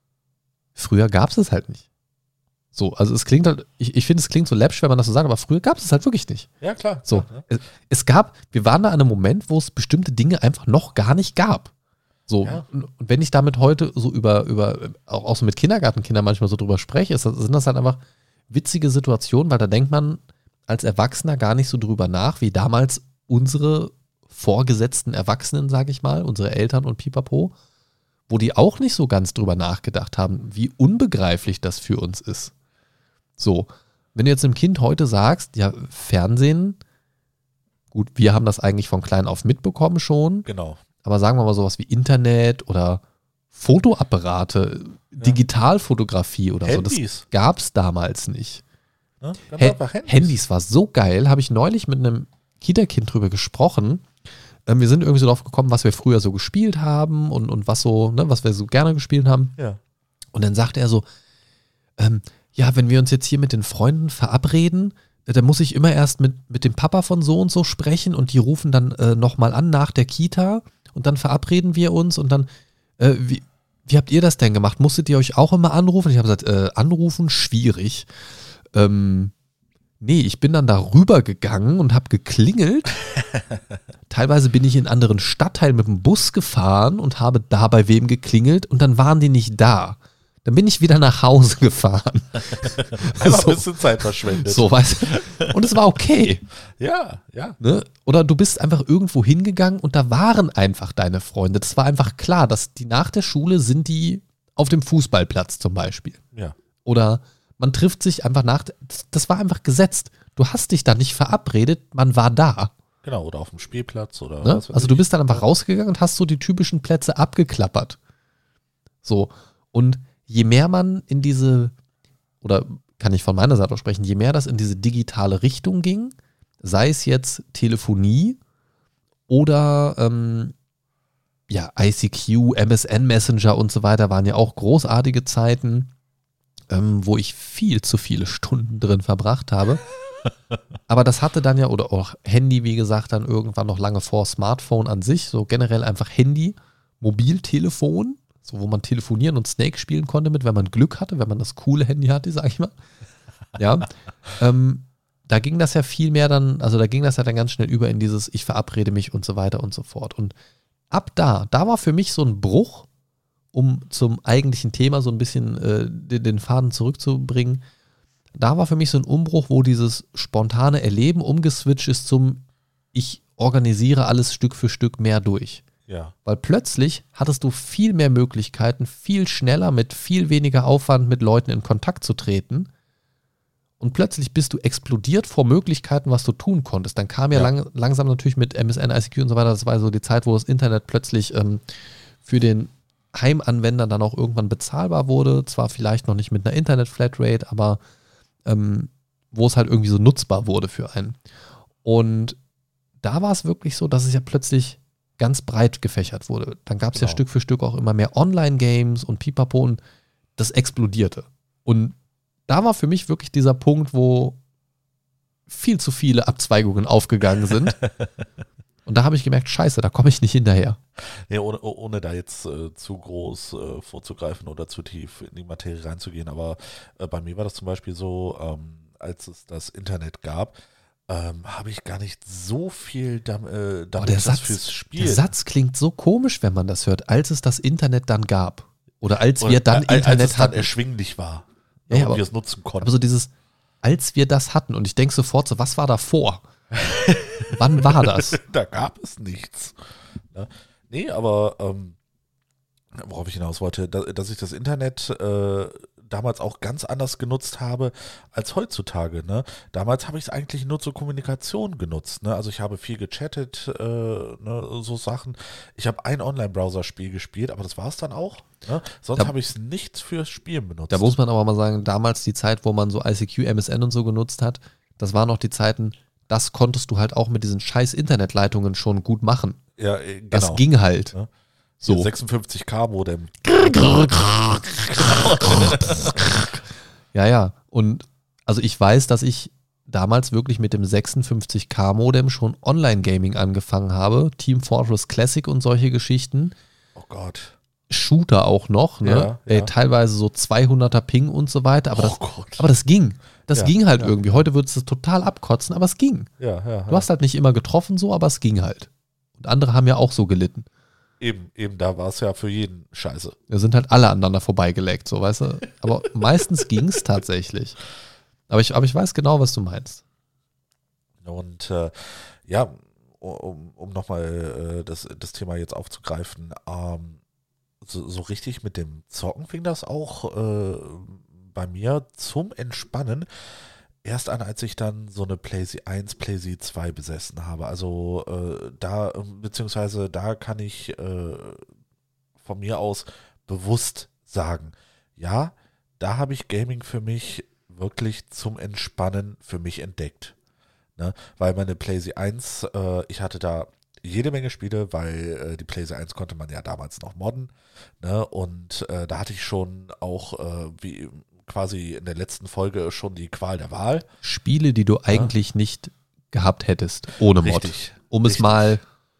früher gab es es halt nicht. So, also es klingt halt, ich, ich finde, es klingt so läppsch, wenn man das so sagt, aber früher gab es es halt wirklich nicht. Ja, klar. So, Ja, ne? es, es gab, wir waren da an einem Moment, wo es bestimmte Dinge einfach noch gar nicht gab. So, Ja. und und wenn ich damit heute so über, über auch, auch so mit Kindergartenkindern manchmal so drüber spreche, ist das, sind das halt einfach witzige Situationen, weil da denkt man als Erwachsener gar nicht so drüber nach, wie damals unsere vorgesetzten Erwachsenen, sage ich mal, unsere Eltern und Pipapo, wo die auch nicht so ganz drüber nachgedacht haben, wie unbegreiflich das für uns ist. So, wenn du jetzt einem Kind heute sagst, ja, Fernsehen, gut, wir haben das eigentlich von klein auf mitbekommen schon, Genau. aber sagen wir mal sowas wie Internet oder Fotoapparate, Digitalfotografie oder so, Handys. das gab es damals nicht. Ne? Ganz He- einfach Handys. Handys war so geil, habe ich neulich mit einem Kita-Kind drüber gesprochen. Ähm, wir sind irgendwie so drauf gekommen, was wir früher so gespielt haben und, und was so, ne, was wir so gerne gespielt haben. Ja. Und dann sagt er so, ähm, ja, wenn wir uns jetzt hier mit den Freunden verabreden, äh, dann muss ich immer erst mit, mit dem Papa von so und so sprechen und die rufen dann äh, nochmal an nach der Kita und dann verabreden wir uns und dann, äh, wie, wie habt ihr das denn gemacht? Musstet ihr euch auch immer anrufen? Ich habe gesagt, äh, anrufen, schwierig. Ähm, nee, ich bin dann da rüber gegangen und habe geklingelt. Teilweise bin ich in anderen Stadtteilen mit dem Bus gefahren und habe da bei wem geklingelt und dann waren die nicht da. Dann bin ich wieder nach Hause gefahren. Einfach so, ein bisschen Zeit verschwendet. so, weißt du? Und es war okay. Ja, ja. Ne? Oder du bist einfach irgendwo hingegangen und da waren einfach deine Freunde. Das war einfach klar, dass die nach der Schule sind die auf dem Fußballplatz zum Beispiel. Ja. Oder man trifft sich einfach nach, das, das war einfach gesetzt. Du hast dich da nicht verabredet, man war da. Genau, oder auf dem Spielplatz oder Ne? was weiß Also du ich. bist dann einfach rausgegangen und hast so die typischen Plätze abgeklappert. So. Und je mehr man in diese, oder kann ich von meiner Seite auch sprechen, je mehr das in diese digitale Richtung ging, sei es jetzt Telefonie oder ähm, ja, I C Q, M S N Messenger und so weiter, waren ja auch großartige Zeiten. ähm, wo ich viel zu viele Stunden drin verbracht habe. Aber das hatte dann ja, oder auch Handy, wie gesagt, dann irgendwann noch lange vor Smartphone an sich, so generell einfach Handy, Mobiltelefon, so wo man telefonieren und Snake spielen konnte mit, wenn man Glück hatte, wenn man das coole Handy hatte, sag ich mal. Ja, ähm, da ging das ja viel mehr dann, also da ging das ja dann ganz schnell über in dieses ich verabrede mich und so weiter und so fort. Und ab da, da war für mich so ein Bruch, um zum eigentlichen Thema so ein bisschen äh, den, den Faden zurückzubringen, da war für mich so ein Umbruch, wo dieses spontane Erleben umgeswitcht ist zum ich organisiere alles Stück für Stück mehr durch. Ja. Weil plötzlich hattest du viel mehr Möglichkeiten, viel schneller mit viel weniger Aufwand mit Leuten in Kontakt zu treten. Und plötzlich bist du explodiert vor Möglichkeiten, was du tun konntest. Dann kam ja, ja. Lang, langsam natürlich mit M S N, I C Q und so weiter, das war so die Zeit, wo das Internet plötzlich ähm, für den Heimanwender dann auch irgendwann bezahlbar wurde. Zwar vielleicht noch nicht mit einer Internet-Flatrate, aber ähm, wo es halt irgendwie so nutzbar wurde für einen. Und da war es wirklich so, dass es ja plötzlich ganz breit gefächert wurde. Dann gab es genau. ja Stück für Stück auch immer mehr Online-Games und Pipapo und das explodierte. Und da war für mich wirklich dieser Punkt, wo viel zu viele Abzweigungen aufgegangen sind. Und da habe ich gemerkt, scheiße, da komme ich nicht hinterher. Nee, ohne, ohne da jetzt äh, zu groß äh, vorzugreifen oder zu tief in die Materie reinzugehen, aber äh, bei mir war das zum Beispiel so, ähm, als es das Internet gab, ähm, habe ich gar nicht so viel dam, äh, damit oh, der Satz, fürs Spiel. Der Satz klingt so komisch, wenn man das hört, als es das Internet dann gab. Oder als oder, wir dann äh, Internet als es hatten. dann erschwinglich war. Ja, ja, und aber, wir es nutzen konnten. Aber so dieses, als wir das hatten, und ich denke sofort so, was war davor? Wann war das? Da gab es nichts. Ne? Nee, aber ähm, worauf ich hinaus wollte, da, dass ich das Internet äh, damals auch ganz anders genutzt habe als heutzutage. Ne? Damals habe ich es eigentlich nur zur Kommunikation genutzt. Ne? Also ich habe viel gechattet, äh, ne, so Sachen. Ich habe ein Online-Browser-Spiel gespielt, aber das war es dann auch. Ne? Sonst habe ich es nicht fürs Spielen benutzt. Da muss man aber mal sagen, damals die Zeit, wo man so I C Q, M S N und so genutzt hat, das waren noch die Zeiten, das konntest du halt auch mit diesen scheiß Internetleitungen schon gut machen. Ja, genau. Das ging halt. Ja. So. sechsundfünfzig K Modem. Ja, ja. Und also ich weiß, dass ich damals wirklich mit dem sechsundfünfzig K Modem schon Online-Gaming angefangen habe. Team Fortress Classic und solche Geschichten. Oh Gott. Shooter auch noch, ne? Ja, Ey, ja. teilweise so zweihunderter Ping und so weiter. Aber, oh das, Gott. aber das ging. Das ja, ging halt ja. irgendwie. Heute würdest du es total abkotzen, aber es ging. Ja, ja, du hast halt nicht immer getroffen so, aber es ging halt. Und andere haben ja auch so gelitten. Eben, eben, da war es ja für jeden scheiße. Da sind halt alle aneinander vorbeigeleckt, so, weißt du? Aber meistens ging es tatsächlich. Aber ich, aber ich weiß genau, was du meinst. Und äh, ja, um, um nochmal äh, das, das Thema jetzt aufzugreifen, ähm, so, so richtig mit dem Zocken fing das auch äh, bei mir zum Entspannen erst an, als ich dann so eine PlayStation eins, PlayStation zwei besessen habe. Also äh, da, beziehungsweise da kann ich äh, von mir aus bewusst sagen, ja, da habe ich Gaming für mich wirklich zum Entspannen für mich entdeckt. Ne? Weil meine PlayStation eins, äh, ich hatte da jede Menge Spiele, weil äh, die PlayStation eins konnte man ja damals noch modden. Ne? Und äh, da hatte ich schon auch, äh, wie quasi in der letzten Folge, schon die Qual der Wahl. Spiele, die du ja. eigentlich nicht gehabt hättest, ohne Mod. Richtig, um richtig. es mal,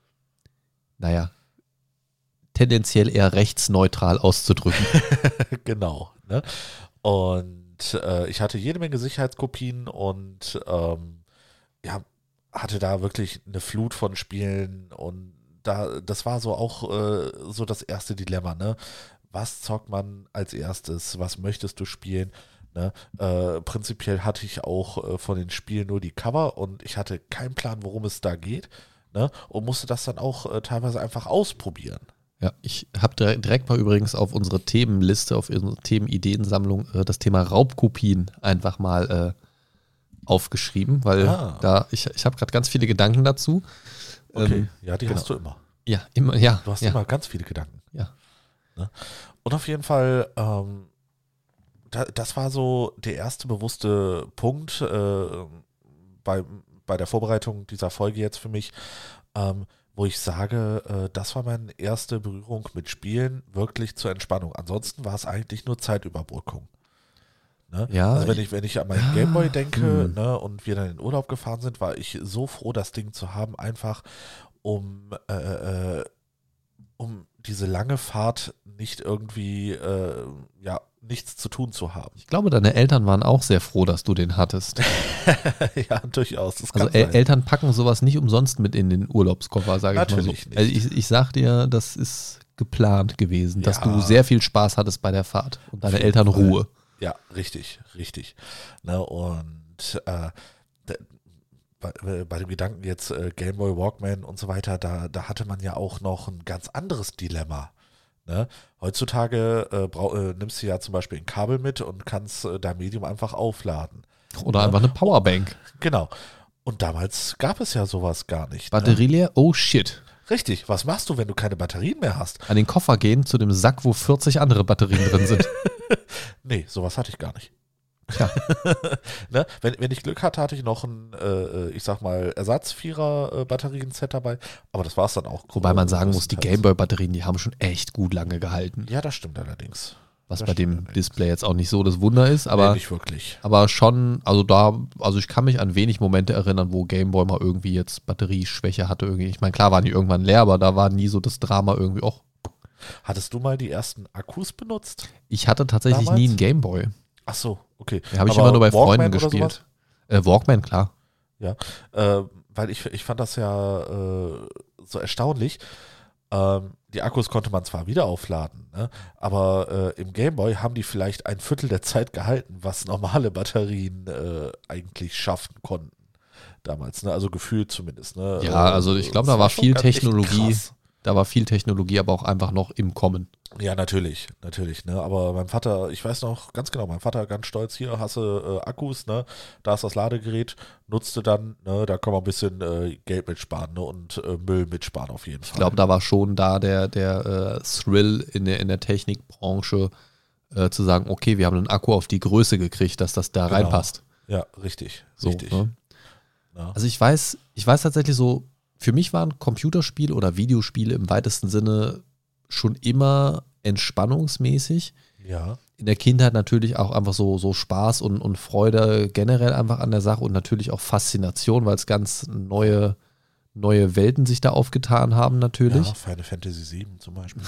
naja, tendenziell eher rechtsneutral auszudrücken. Genau. Ne? Und äh, ich hatte jede Menge Sicherheitskopien und ähm, ja, hatte da wirklich eine Flut von Spielen und da, das war so auch äh, so das erste Dilemma, ne? Was zockt man als erstes? Was möchtest du spielen? Ne? Äh, prinzipiell hatte ich auch äh, von den Spielen nur die Cover und ich hatte keinen Plan, worum es da geht, ne? Und musste das dann auch äh, teilweise einfach ausprobieren. Ja, ich habe direkt mal übrigens auf unsere Themenliste, auf unsere Themenideensammlung äh, das Thema Raubkopien einfach mal äh, aufgeschrieben, weil ah. da ich, ich habe gerade ganz viele Gedanken dazu. Okay, ähm, ja, die genau. hast du immer. Ja, immer, ja. Du hast ja. immer ganz viele Gedanken. Ja. Ne? Und auf jeden Fall, ähm, da, das war so der erste bewusste Punkt äh, bei, bei der Vorbereitung dieser Folge jetzt für mich, ähm, wo ich sage, äh, das war meine erste Berührung mit Spielen wirklich zur Entspannung. Ansonsten war es eigentlich nur Zeitüberbrückung. Ne? Ja, also wenn ich, wenn ich an meinen ja, Gameboy denke hm. ne, und wir dann in den Urlaub gefahren sind, war ich so froh, das Ding zu haben, einfach um, äh, äh, um diese lange Fahrt nicht irgendwie, äh, ja, nichts zu tun zu haben. Ich glaube, deine Eltern waren auch sehr froh, dass du den hattest. Ja, durchaus. Das kann Also El sein. Eltern packen sowas nicht umsonst mit in den Urlaubskoffer, sage ich mal so. Natürlich nicht. Also ich, ich sag dir, das ist geplant gewesen, dass Ja. du sehr viel Spaß hattest bei der Fahrt und deine Auf jeden Eltern Fall. Ruhe. Ja, richtig, richtig. Ne, und äh, d- bei, bei dem Gedanken jetzt äh, Gameboy, Walkman und so weiter, da, da hatte man ja auch noch ein ganz anderes Dilemma. Ne? Heutzutage äh, brau, äh, nimmst du ja zum Beispiel ein Kabel mit und kannst äh, dein Medium einfach aufladen. Oder Ja. einfach eine Powerbank. Genau. Und damals gab es ja sowas gar nicht. Batterie leer, oh shit. Ne? Richtig. Was machst du, wenn du keine Batterien mehr hast? An den Koffer gehen zu dem Sack, wo vierzig andere Batterien drin sind. Nee, sowas hatte ich gar nicht. Ja. Ne? Wenn, wenn ich Glück hatte, hatte ich noch ein, äh, ich sag mal, Ersatz-Vierer-Batterien-Set dabei, aber das war es dann auch. Wobei man sagen muss, die größtenteils. Gameboy-Batterien, die haben schon echt gut lange gehalten. Ja, das stimmt allerdings. Was das bei dem stimmt allerdings. Display jetzt auch nicht so das Wunder ist, Nee, aber, nicht wirklich. aber schon, also da, also ich kann mich an wenig Momente erinnern, wo Gameboy mal irgendwie jetzt Batterieschwäche hatte irgendwie. Ich meine, klar waren die irgendwann leer, aber da war nie so das Drama irgendwie, auch. Hattest du mal die ersten Akkus benutzt? Ich hatte tatsächlich Damals? nie einen Gameboy. Ach so, okay. Den habe ich Aber immer nur bei Walkman Freunden oder gespielt. Äh, Walkman, klar. Ja, äh, weil ich, ich fand das ja äh, so erstaunlich. Ähm, die Akkus konnte man zwar wieder aufladen, ne? aber äh, im Gameboy haben die vielleicht ein Viertel der Zeit gehalten, was normale Batterien äh, eigentlich schaffen konnten. Damals, ne? Also gefühlt zumindest. Ne? Ja, Äh, also ich glaube, das da war schon viel ganz echt Technologie. krass. Da war viel Technologie, aber auch einfach noch im Kommen. Ja, natürlich, natürlich, ne? Aber mein Vater, ich weiß noch ganz genau, mein Vater ganz stolz, hier hast du äh, Akkus, ne? Da ist das Ladegerät, nutzte dann, ne? Da kann man ein bisschen äh, Geld mitsparen, ne? Und äh, Müll mitsparen auf jeden Fall. Ich glaube, da war schon da der, der äh, Thrill in der, in der Technikbranche, äh, zu sagen, okay, wir haben einen Akku auf die Größe gekriegt, dass das da Genau. reinpasst. Ja, richtig, So, richtig. ne? Ja. Also ich weiß, ich weiß tatsächlich so, für mich waren Computerspiele oder Videospiele im weitesten Sinne schon immer entspannungsmäßig. Ja, In der Kindheit natürlich auch einfach so, so Spaß und, und Freude generell einfach an der Sache und natürlich auch Faszination, weil es ganz neue, neue Welten sich da aufgetan haben natürlich. ja, Final Fantasy sieben zum Beispiel.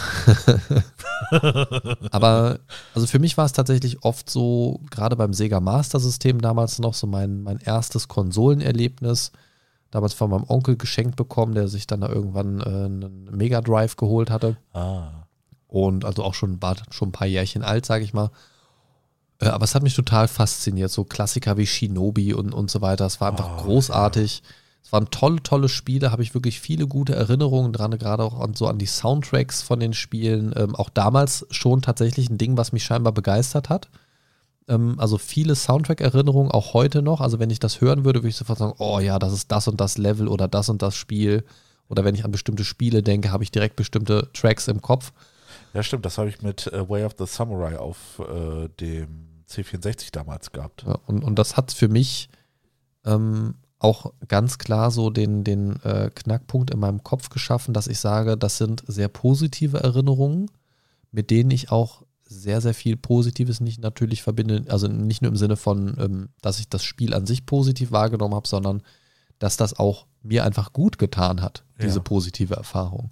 Aber also für mich war es tatsächlich oft so, gerade beim Sega Master System damals noch so mein, mein erstes Konsolenerlebnis. Damals von meinem Onkel geschenkt bekommen, der sich dann da irgendwann äh, einen Mega Drive geholt hatte. Ah, Und also auch schon, war schon ein paar Jährchen alt, sage ich mal. Äh, aber es hat mich total fasziniert. So Klassiker wie Shinobi und, und so weiter. Es war einfach Oh, großartig. Es waren tolle, tolle Spiele. Habe ich wirklich viele gute Erinnerungen dran, gerade auch an, so an die Soundtracks von den Spielen. Ähm, auch damals schon tatsächlich ein Ding, was mich scheinbar begeistert hat. Ähm, also viele Soundtrack-Erinnerungen, auch heute noch. Also wenn ich das hören würde, würde ich sofort sagen, oh ja, das ist das und das Level oder das und das Spiel. Oder wenn ich an bestimmte Spiele denke, habe ich direkt bestimmte Tracks im Kopf. ja stimmt, das habe ich mit äh, Way of the Samurai auf äh, dem C vierundsechzig damals gehabt. Ja, und, und das hat für mich ähm, auch ganz klar so den, den äh, Knackpunkt in meinem Kopf geschaffen, dass ich sage, das sind sehr positive Erinnerungen, mit denen ich auch sehr, sehr viel Positives nicht natürlich verbinde. Also nicht nur im Sinne von, ähm, dass ich das Spiel an sich positiv wahrgenommen habe, sondern dass das auch mir einfach gut getan hat, diese Ja. positive Erfahrung.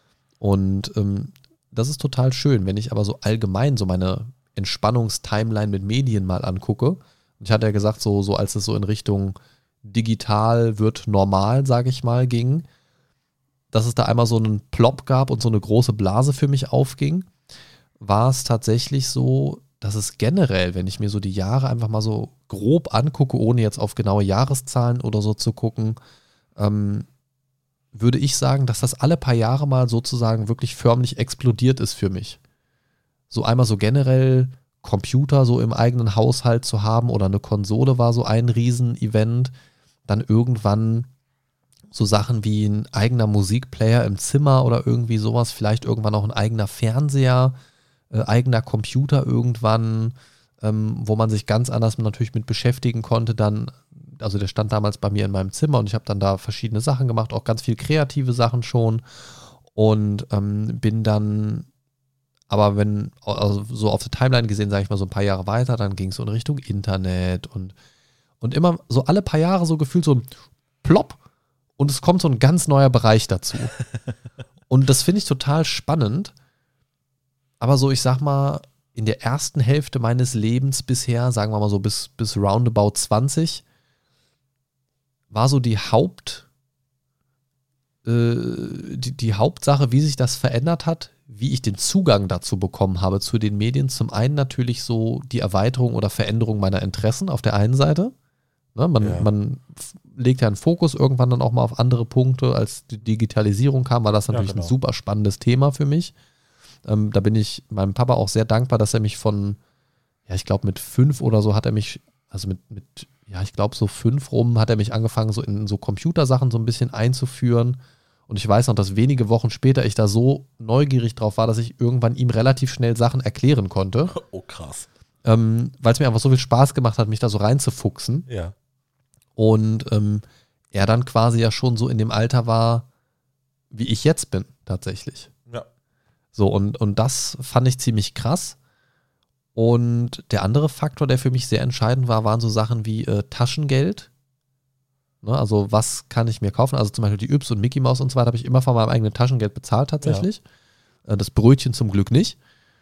Und ähm, das ist total schön, wenn ich aber so allgemein so meine Entspannungstimeline mit Medien mal angucke. Und ich hatte ja gesagt, so, so als es so in Richtung digital wird normal, sage ich mal, ging, dass es da einmal so einen Plop gab und so eine große Blase für mich aufging, war es tatsächlich so, dass es generell, wenn ich mir so die Jahre einfach mal so grob angucke, ohne jetzt auf genaue Jahreszahlen oder so zu gucken, ähm, würde ich sagen, dass das alle paar Jahre mal sozusagen wirklich förmlich explodiert ist für mich. So einmal so generell Computer so im eigenen Haushalt zu haben oder eine Konsole war so ein Riesenevent. Dann irgendwann so Sachen wie ein eigener Musikplayer im Zimmer oder irgendwie sowas, vielleicht irgendwann auch ein eigener Fernseher, äh, eigener Computer irgendwann, ähm, wo man sich ganz anders natürlich mit beschäftigen konnte. Dann, also der stand damals bei mir in meinem Zimmer und ich habe dann da verschiedene Sachen gemacht, auch ganz viel kreative Sachen schon und ähm, bin dann aber wenn, also so auf der Timeline gesehen, sage ich mal so ein paar Jahre weiter, dann ging es so in Richtung Internet und, und immer so alle paar Jahre so gefühlt so ein Plopp und es kommt so ein ganz neuer Bereich dazu. Und das finde ich total spannend. Aber so, ich sag mal, in der ersten Hälfte meines Lebens bisher, sagen wir mal so bis, bis roundabout zwanzig, war so die Haupt, äh, die, die Hauptsache, wie sich das verändert hat, wie ich den Zugang dazu bekommen habe zu den Medien. Zum einen natürlich so die Erweiterung oder Veränderung meiner Interessen auf der einen Seite. Ne, man, Ja. man f- legt ja einen Fokus irgendwann dann auch mal auf andere Punkte. Als die Digitalisierung kam, war das Ja, natürlich genau. ein super spannendes Thema für mich. Ähm, da bin ich meinem Papa auch sehr dankbar, dass er mich von, ja, ich glaube mit fünf oder so hat er mich, also mit, mit ja, ich glaube so fünf rum hat er mich angefangen, so in so Computersachen so ein bisschen einzuführen. Und ich weiß noch, dass wenige Wochen später ich da so neugierig drauf war, dass ich irgendwann ihm relativ schnell Sachen erklären konnte, Oh, krass. ähm, weil es mir einfach so viel Spaß gemacht hat, mich da so reinzufuchsen. Ja. Und ähm, er dann quasi ja schon so in dem Alter war, wie ich jetzt bin, tatsächlich. Ja. So, und, und das fand ich ziemlich krass. Und der andere Faktor, der für mich sehr entscheidend war, waren so Sachen wie äh, Taschengeld. Ne, also was kann ich mir kaufen? Also zum Beispiel die Yps und Mickey Mouse und so weiter habe ich immer von meinem eigenen Taschengeld bezahlt tatsächlich. Äh, das Brötchen zum Glück nicht.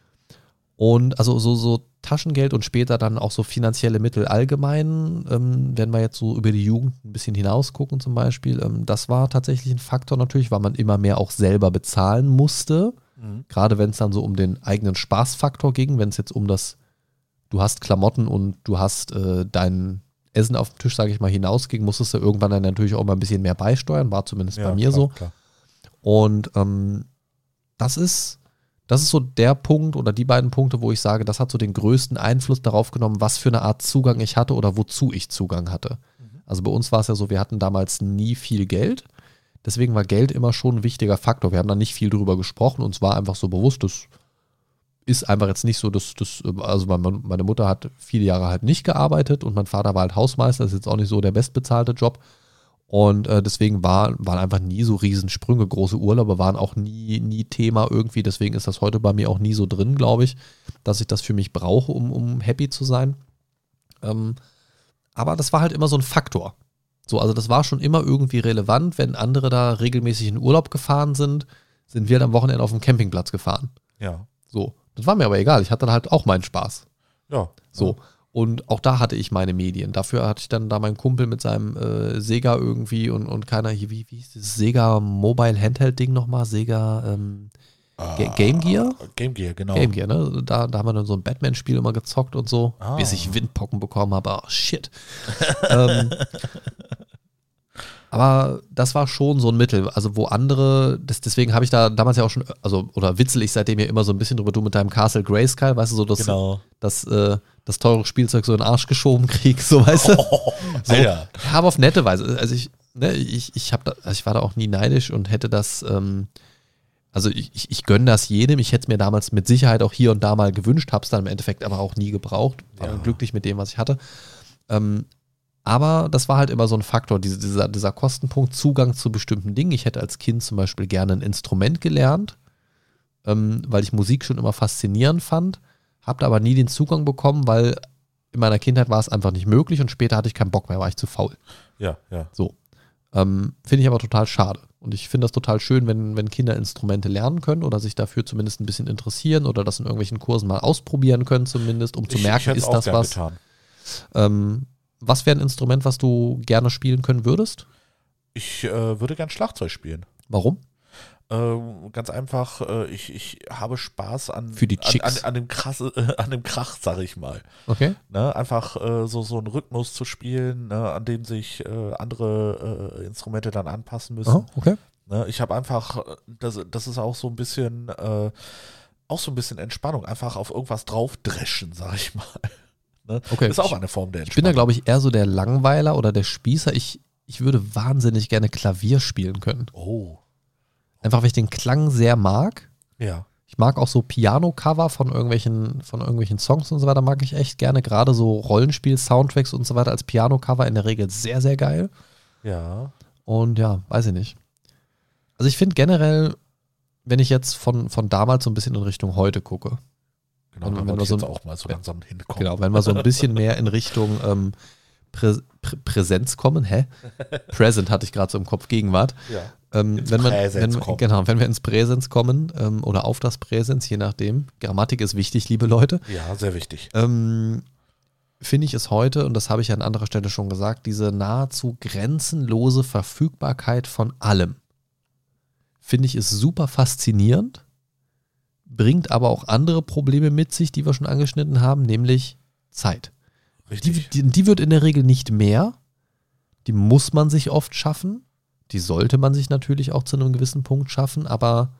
Und also so, so Taschengeld und später dann auch so finanzielle Mittel allgemein, ähm, wenn wir jetzt so über die Jugend ein bisschen hinaus gucken zum Beispiel, ähm, das war tatsächlich ein Faktor natürlich, weil man immer mehr auch selber bezahlen musste. Mhm. Gerade wenn es dann so um den eigenen Spaßfaktor ging, wenn es jetzt um das, du hast Klamotten und du hast äh, dein Essen auf dem Tisch, sage ich mal, hinausging, musstest du irgendwann dann natürlich auch mal ein bisschen mehr beisteuern, war zumindest Ja, bei mir klar, so. Klar. Und ähm, das ist, das ist so der Punkt oder die beiden Punkte, wo ich sage, das hat so den größten Einfluss darauf genommen, was für eine Art Zugang ich hatte oder wozu ich Zugang hatte. Mhm. Also bei uns war es ja so, wir hatten damals nie viel Geld. Deswegen war Geld immer schon ein wichtiger Faktor. Wir haben da nicht viel drüber gesprochen. Uns war einfach so bewusst, das ist einfach jetzt nicht so, dass das, also meine, meine Mutter hat viele Jahre halt nicht gearbeitet und mein Vater war halt Hausmeister, das ist jetzt auch nicht so der bestbezahlte Job. Und äh, deswegen war, waren einfach nie so Riesensprünge, große Urlaube waren auch nie, nie Thema irgendwie. Deswegen ist das heute bei mir auch nie so drin, glaube ich, dass ich das für mich brauche, um, um happy zu sein. Ähm, aber das war halt immer so ein Faktor. So, also das war schon immer irgendwie relevant, wenn andere da regelmäßig in Urlaub gefahren sind, sind wir halt am Wochenende auf dem Campingplatz gefahren. Ja. So, das war mir aber egal, ich hatte dann halt auch meinen Spaß. Ja. So, und auch da hatte ich meine Medien. Dafür hatte ich dann da meinen Kumpel mit seinem äh, Sega irgendwie und, und keiner, hier, wie, wie hieß das Sega Mobile Handheld Ding nochmal? Sega ähm, Ga- Game Gear? Game Gear, genau. Game Gear, ne? Da, da haben wir dann so ein Batman-Spiel immer gezockt und so, Ah. bis ich Windpocken bekommen habe. Oh, shit. ähm, aber das war schon so ein Mittel, also wo andere, das, deswegen habe ich da damals ja auch schon, also oder witzel ich seitdem ja immer so ein bisschen drüber, du mit deinem Castle Grayskull, weißt du, so das, Genau. das, äh, das teure Spielzeug so in den Arsch geschoben krieg, so weißt du. Oh, So, Alter. ja, aber auf nette Weise. Also ich, ne, ich, ich habe da, also ich war da auch nie neidisch und hätte das, ähm, also ich, ich, ich gönne das jedem. Ich hätte es mir damals mit Sicherheit auch hier und da mal gewünscht, habe es dann im Endeffekt aber auch nie gebraucht. War Ja. dann glücklich mit dem, was ich hatte. Ähm, aber das war halt immer so ein Faktor, diese, dieser, dieser Kostenpunkt, Zugang zu bestimmten Dingen. Ich hätte als Kind zum Beispiel gerne ein Instrument gelernt, ähm, weil ich Musik schon immer faszinierend fand, habe da aber nie den Zugang bekommen, weil in meiner Kindheit war es einfach nicht möglich und später hatte ich keinen Bock mehr, war ich zu faul. Ja, ja. So. Ähm, finde ich aber total schade. Und ich finde das total schön, wenn, wenn Kinder Instrumente lernen können oder sich dafür zumindest ein bisschen interessieren oder das in irgendwelchen Kursen mal ausprobieren können zumindest, um zu Ich- merken, ich hätte es ist auch das gern was. getan. Ähm, was wäre ein Instrument, was du gerne spielen können würdest? Ich äh, würde gern Schlagzeug spielen. Warum? Ähm, ganz einfach, äh, ich, ich habe Spaß an, Für die an, Chicks. an, an dem Krasse, äh, an dem Krach, sag ich mal. Okay. Ne? Einfach äh, so, so einen Rhythmus zu spielen, ne? An dem sich äh, andere äh, Instrumente dann anpassen müssen. Aha, okay. Ne? Ich habe einfach, äh, das, das ist auch so ein bisschen, äh, auch so ein bisschen Entspannung, einfach auf irgendwas draufdreschen, sag ich mal. Ne? Okay. Ist auch Ich- eine Form der Ich bin da, Entspannung. glaube ich, eher so der Langweiler oder der Spießer. Ich, ich würde wahnsinnig gerne Klavier spielen können. Oh, Einfach, weil ich den Klang sehr mag. ja. Ich mag auch so Piano-Cover von irgendwelchen, von irgendwelchen Songs und so weiter, mag ich echt gerne. Gerade so Rollenspiel-Soundtracks und so weiter als Piano-Cover in der Regel sehr, sehr geil. Ja. Und ja, weiß ich nicht. Also ich finde generell wenn ich jetzt von, von damals so ein bisschen in Richtung heute gucke. Genau, wenn, da wenn wollte wir ich so jetzt ein, auch mal so langsam hinkommen. Genau, wenn wir so ein bisschen mehr in Richtung ähm, Prä, Prä, Präsenz kommen, hä? Present hatte ich gerade so im Kopf, Gegenwart. Ja. Ähm, Ins wenn, man, Präsens wenn, kommen. genau, wenn wir ins Präsens kommen ähm, oder auf das Präsens, je nachdem. Grammatik ist wichtig, liebe Leute. Ja, sehr wichtig. Ähm, finde ich es heute, und das habe ich an anderer Stelle schon gesagt, diese nahezu grenzenlose Verfügbarkeit von allem. Finde ich es super faszinierend, bringt aber auch andere Probleme mit sich, die wir schon angeschnitten haben, nämlich Zeit. Die, Richtig. die, die wird in der Regel nicht mehr. Die muss man sich oft schaffen. Die sollte man sich natürlich auch zu einem gewissen Punkt schaffen, aber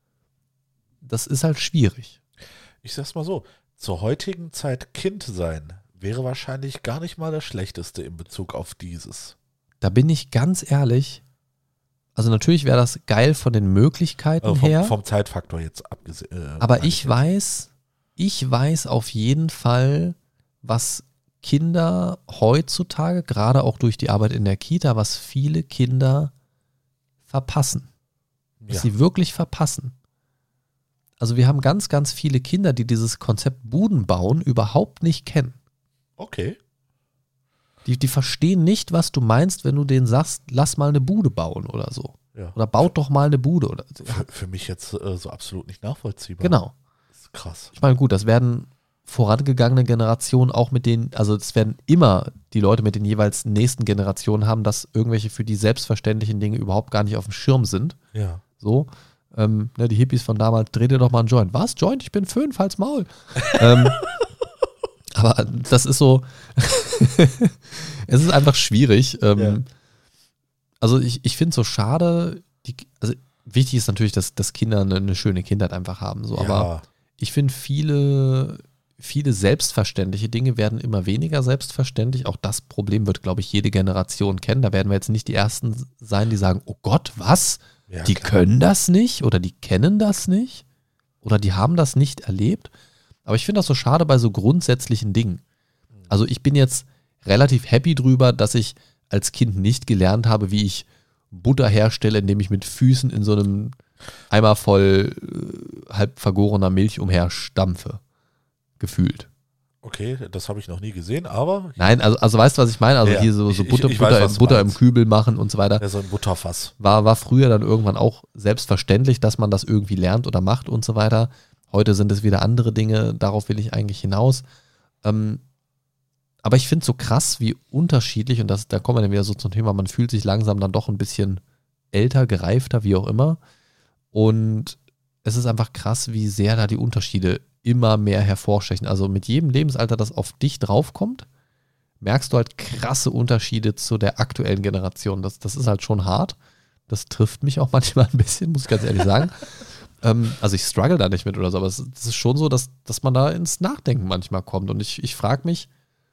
das ist halt schwierig. Ich sag's mal so, zur heutigen Zeit Kind sein wäre wahrscheinlich gar nicht mal das Schlechteste in Bezug auf dieses. Da bin ich ganz ehrlich, also natürlich wäre das geil von den Möglichkeiten Also vom, her, vom Zeitfaktor jetzt abgesehen. Äh, aber meine ich jetzt. weiß, ich weiß auf jeden Fall, was Kinder heutzutage, gerade auch durch die Arbeit in der Kita, was viele Kinder verpassen. Was Ja. sie wirklich verpassen. Also wir haben ganz, ganz viele Kinder, die dieses Konzept Buden bauen überhaupt nicht kennen. Okay. Die, die verstehen nicht, was du meinst, wenn du denen sagst, lass mal eine Bude bauen oder so. Ja. Oder baut doch mal eine Bude. Oder so. Für, für mich jetzt äh, so absolut nicht nachvollziehbar. Genau. Das ist krass. Ich meine, gut, das werden vorangegangene Generationen auch mit denen, also es werden immer die Leute mit den jeweils nächsten Generationen haben, dass irgendwelche für die selbstverständlichen Dinge überhaupt gar nicht auf dem Schirm sind. Ja. So. Ähm, ne, die Hippies von damals, dreh dir doch mal einen Joint. Was? Joint? Ich bin fünf, halt's Maul. ähm, aber das ist so, es ist einfach schwierig. Ähm, Ja. Also ich, ich finde es so schade, die, also wichtig ist natürlich, dass, dass Kinder eine, eine schöne Kindheit einfach haben. So, aber Ja. ich finde, viele, viele selbstverständliche Dinge werden immer weniger selbstverständlich. Auch das Problem wird, glaube ich, jede Generation kennen. Da werden wir jetzt nicht die Ersten sein, die sagen, oh Gott, was? Ja, die klar. können das nicht oder die kennen das nicht oder die haben das nicht erlebt. Aber ich finde das so schade bei so grundsätzlichen Dingen. Also ich bin jetzt relativ happy drüber, dass ich als Kind nicht gelernt habe, wie ich Butter herstelle, indem ich mit Füßen in so einem Eimer voll äh, halb vergorener Milch umherstampfe. Gefühlt. Okay, das habe ich noch nie gesehen, aber Nein, also, also weißt du, was ich meine? Also Ja, hier so, so ich- Butter, ich weiß, Butter, was im, du Butter im meinst. Kübel machen und so weiter. ja, so ein Butterfass. War, war früher dann irgendwann auch selbstverständlich, dass man das irgendwie lernt oder macht und so weiter. Heute sind es wieder andere Dinge, darauf will ich eigentlich hinaus. Ähm, aber ich finde es so krass, wie unterschiedlich, und das, da kommen wir dann wieder so zum Thema, man fühlt sich langsam dann doch ein bisschen älter, gereifter, wie auch immer. Und es ist einfach krass, wie sehr da die Unterschiede immer mehr hervorstechen. Also mit jedem Lebensalter, das auf dich draufkommt, merkst du halt krasse Unterschiede zu der aktuellen Generation. Das, das ist halt schon hart. Das trifft mich auch manchmal ein bisschen, muss ich ganz ehrlich sagen. ähm, also ich struggle da nicht mit oder so, aber es, es ist schon so, dass, dass man da ins Nachdenken manchmal kommt. Und ich, ich frage mich,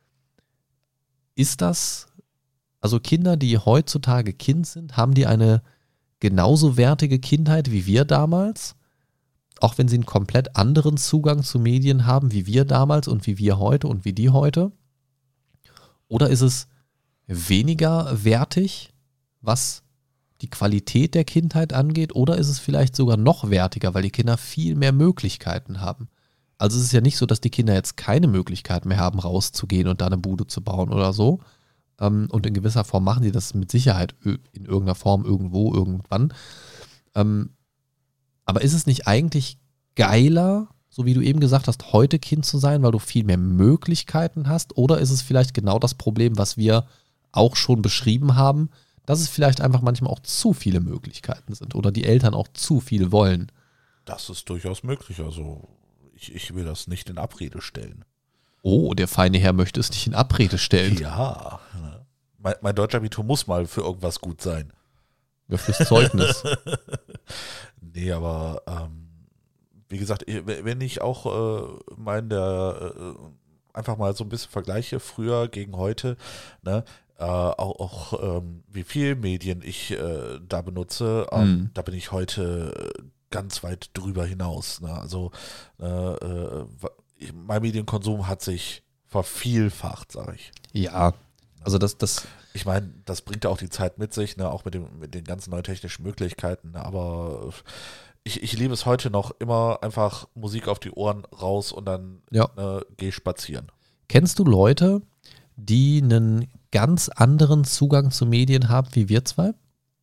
ist das, also Kinder, die heutzutage Kind sind, haben die eine genauso wertige Kindheit wie wir damals? Auch wenn sie einen komplett anderen Zugang zu Medien haben, wie wir damals und wie wir heute und wie die heute? Oder ist es weniger wertig, was die Qualität der Kindheit angeht? Oder ist es vielleicht sogar noch wertiger, weil die Kinder viel mehr Möglichkeiten haben? Also es ist ja nicht so, dass die Kinder jetzt keine Möglichkeit mehr haben, rauszugehen und da eine Bude zu bauen oder so. Ähm, und in gewisser Form machen die das mit Sicherheit in irgendeiner Form, irgendwo, irgendwann. Ähm, aber ist es nicht eigentlich geiler, so wie du eben gesagt hast, heute Kind zu sein, weil du viel mehr Möglichkeiten hast? Oder ist es vielleicht genau das Problem, was wir auch schon beschrieben haben, dass es vielleicht einfach manchmal auch zu viele Möglichkeiten sind oder die Eltern auch zu viel wollen? Das ist durchaus möglich. Also ich, ich will das nicht in Abrede stellen. Oh, der feine Herr möchte es nicht in Abrede stellen. Ja. Mein, mein Deutschabitur muss mal für irgendwas gut sein. Ja, fürs Zeugnis. Nee, aber ähm, wie gesagt, wenn ich auch äh, meine, der, äh, einfach mal so ein bisschen vergleiche, früher gegen heute, ne, äh, auch, auch ähm, wie viel Medien ich äh, da benutze, ähm, Mhm. da bin ich heute ganz weit drüber hinaus. Ne? Also äh, äh, mein Medienkonsum hat sich vervielfacht, sage ich. Ja, Also das, das Ich meine, das bringt ja auch die Zeit mit sich, ne? Auch mit, dem, mit den ganzen neuen technischen Möglichkeiten. Ne? Aber ich, ich liebe es heute noch immer einfach Musik auf die Ohren raus und dann Ja. ne, geh spazieren. Kennst du Leute, die einen ganz anderen Zugang zu Medien haben wie wir zwei?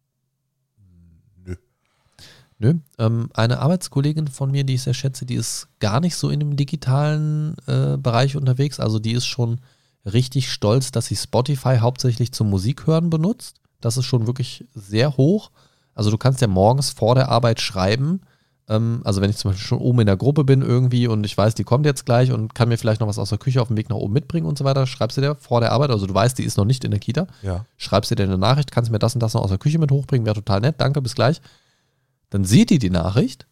Nö. Nö. Ähm, eine Arbeitskollegin von mir, die ich sehr schätze, die ist gar nicht so in dem digitalen äh, Bereich unterwegs. Also die ist schon richtig stolz, dass sie Spotify hauptsächlich zum Musikhören benutzt. Das ist schon wirklich sehr hoch. Also du kannst ja morgens vor der Arbeit schreiben. Ähm, also wenn ich zum Beispiel schon oben in der Gruppe bin irgendwie und ich weiß, die kommt jetzt gleich und kann mir vielleicht noch was aus der Küche auf dem Weg nach oben mitbringen und so weiter, schreibst du dir vor der Arbeit, also du weißt, die ist noch nicht in der Kita, Ja. schreibst dir eine Nachricht, kannst mir das und das noch aus der Küche mit hochbringen, wäre total nett, danke, bis gleich. Dann sieht die die Nachricht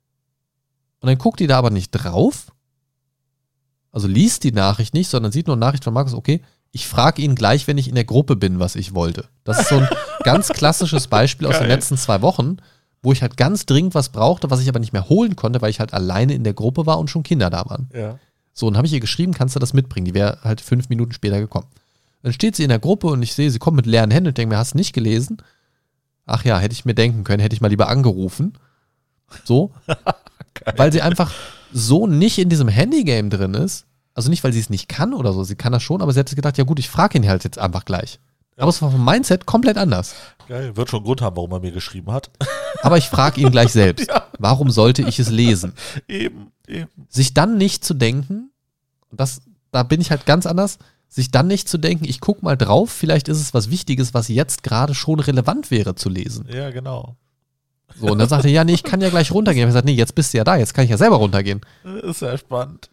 und dann guckt die da aber nicht drauf, also liest die Nachricht nicht, sondern sieht nur eine Nachricht von Markus, okay, ich frage ihn gleich, wenn ich in der Gruppe bin, was ich wollte. Das ist so ein ganz klassisches Beispiel aus den Geil. letzten zwei Wochen, wo ich halt ganz dringend was brauchte, was ich aber nicht mehr holen konnte, weil ich halt alleine in der Gruppe war und schon Kinder da waren. Ja. So, und habe ich ihr geschrieben, kannst du das mitbringen? Die wäre halt fünf Minuten später gekommen. Dann steht sie in der Gruppe und ich sehe, sie kommt mit leeren Händen und denke mir, hast du nicht gelesen? Ach ja, hätte ich mir denken können, hätte ich mal lieber angerufen. So, weil sie einfach so nicht in diesem Handygame drin ist. Also nicht, weil sie es nicht kann oder so, sie kann das schon, aber sie hat sich gedacht, ja gut, ich frage ihn halt jetzt einfach gleich. Ja. Aber es war vom Mindset komplett anders. Geil. Wird schon einen Grund haben, warum er mir geschrieben hat. Aber ich frage ihn gleich selbst. Ja. Warum sollte ich es lesen? Eben, eben. Sich dann nicht zu denken, und das, da bin ich halt ganz anders, sich dann nicht zu denken, ich gucke mal drauf, vielleicht ist es was Wichtiges, was jetzt gerade schon relevant wäre zu lesen. Ja, genau. So, und dann sagt er, ja, nee, ich kann ja gleich runtergehen. Ich habe gesagt, nee, jetzt bist du ja da, jetzt kann ich ja selber runtergehen. Ist ja spannend.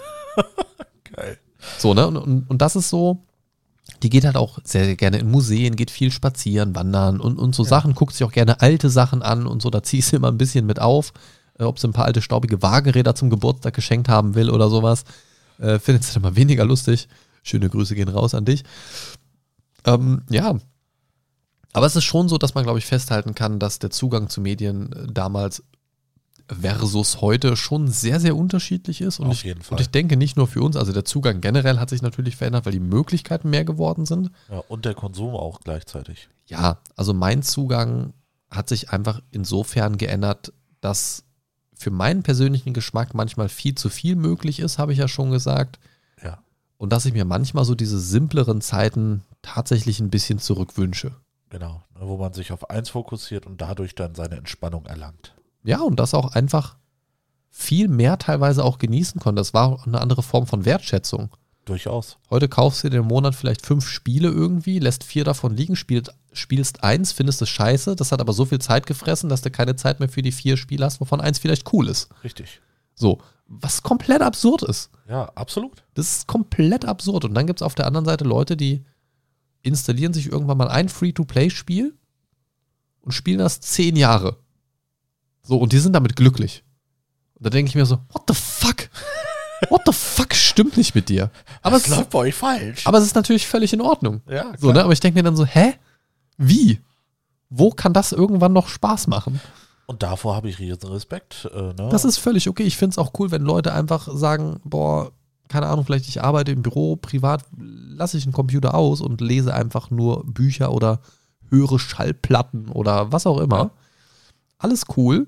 Geil. So, ne, und, und, und das ist so, die geht halt auch sehr, sehr gerne in Museen, geht viel spazieren, wandern und, und so Ja. Sachen, guckt sich auch gerne alte Sachen an und so, da ziehe ich sie immer ein bisschen mit auf, äh, ob sie ein paar alte staubige Wagenräder zum Geburtstag geschenkt haben will oder sowas. Äh, findet sie dann mal weniger lustig. Schöne Grüße gehen raus an dich. Ähm, ja. Aber es ist schon so, dass man, glaube ich, festhalten kann, dass der Zugang zu Medien äh, damals versus heute schon sehr, sehr unterschiedlich ist. Und Auf ich, jeden Fall. Und ich denke nicht nur für uns, also der Zugang generell hat sich natürlich verändert, weil die Möglichkeiten mehr geworden sind. Ja, und der Konsum auch gleichzeitig. Ja, also mein Zugang hat sich einfach insofern geändert, dass für meinen persönlichen Geschmack manchmal viel zu viel möglich ist, habe ich ja schon gesagt. Ja. Und dass ich mir manchmal so diese simpleren Zeiten tatsächlich ein bisschen zurückwünsche. Genau. Ne, wo man sich auf eins fokussiert und dadurch dann seine Entspannung erlangt. Ja, und das auch einfach viel mehr teilweise auch genießen konnte. Das war auch eine andere Form von Wertschätzung. Durchaus. Heute kaufst du dir im Monat vielleicht fünf Spiele irgendwie, lässt vier davon liegen, spielt, spielst eins, findest es scheiße, das hat aber so viel Zeit gefressen, dass du keine Zeit mehr für die vier Spiele hast, wovon eins vielleicht cool ist. Richtig. So, was komplett absurd ist. Ja, absolut. Das ist komplett absurd. Und dann gibt es auf der anderen Seite Leute, die installieren sich irgendwann mal ein Free-to-Play-Spiel und spielen das zehn Jahre. So, und die sind damit glücklich. Und da denke ich mir so, what the fuck? What the fuck stimmt nicht mit dir? Aber, das es, läuft bei euch falsch. aber es ist natürlich völlig in Ordnung. ja, klar. So, ne? Aber ich denke mir dann so, hä? Wie? Wo kann das irgendwann noch Spaß machen? Und davor habe ich riesen Respekt. Äh, ne? Das ist völlig okay. Ich finde es auch cool, wenn Leute einfach sagen, boah, keine Ahnung, vielleicht ich arbeite im Büro, privat lasse ich einen Computer aus und lese einfach nur Bücher oder höre Schallplatten oder was auch immer. Ja. Alles cool.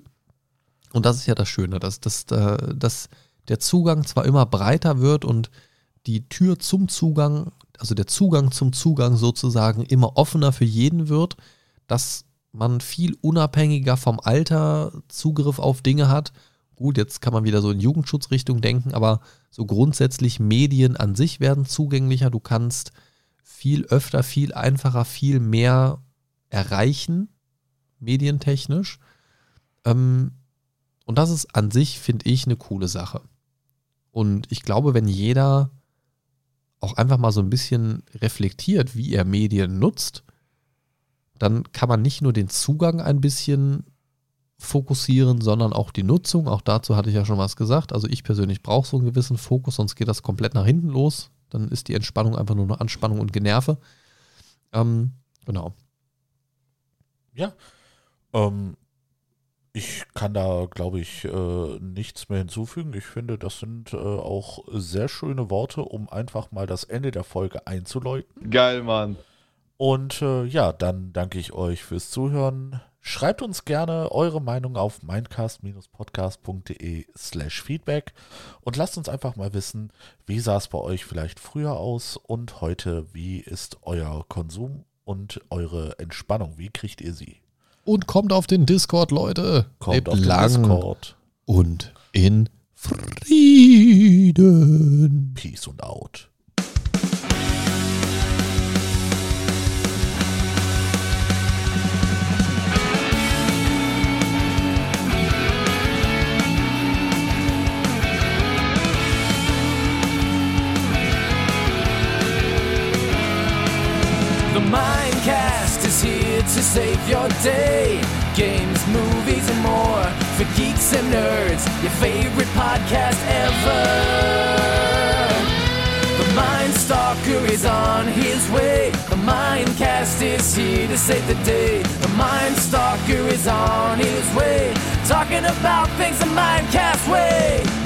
Und das ist ja das Schöne, dass, dass, äh, dass der Zugang zwar immer breiter wird und die Tür zum Zugang, also der Zugang zum Zugang sozusagen immer offener für jeden wird, dass man viel unabhängiger vom Alter Zugriff auf Dinge hat. Gut, jetzt kann man wieder so in Jugendschutzrichtung denken, aber so grundsätzlich Medien an sich werden zugänglicher. Du kannst viel öfter, viel einfacher, viel mehr erreichen, medientechnisch. Ähm, und das ist an sich, finde ich, eine coole Sache. Und ich glaube, wenn jeder auch einfach mal so ein bisschen reflektiert, wie er Medien nutzt, dann kann man nicht nur den Zugang ein bisschen fokussieren, sondern auch die Nutzung. Auch dazu hatte ich ja schon was gesagt. Also ich persönlich brauche so einen gewissen Fokus, sonst geht das komplett nach hinten los. Dann ist die Entspannung einfach nur noch Anspannung und Generve. Ähm, genau. Ja. Ähm, Ich kann da, glaube ich, äh, nichts mehr hinzufügen. Ich finde, das sind äh, auch sehr schöne Worte, um einfach mal das Ende der Folge einzuläuten. Geil, Mann. Und äh, ja, dann danke ich euch fürs Zuhören. Schreibt uns gerne eure Meinung auf mindcast-podcast.de slash feedback und lasst uns einfach mal wissen, wie sah es bei euch vielleicht früher aus und heute, wie ist euer Konsum und eure Entspannung, wie kriegt ihr sie? Und kommt auf den Discord, Leute. Kommt Lebt auf den lang Discord. und in Frieden. Peace und out. The Mindcast is here to save your day. Games, movies, and more for geeks and nerds. Your favorite podcast ever. The Mindstalker is on his way. The Mindcast is here to save the day. The Mindstalker is on his way. Talking about things the Mindcast way.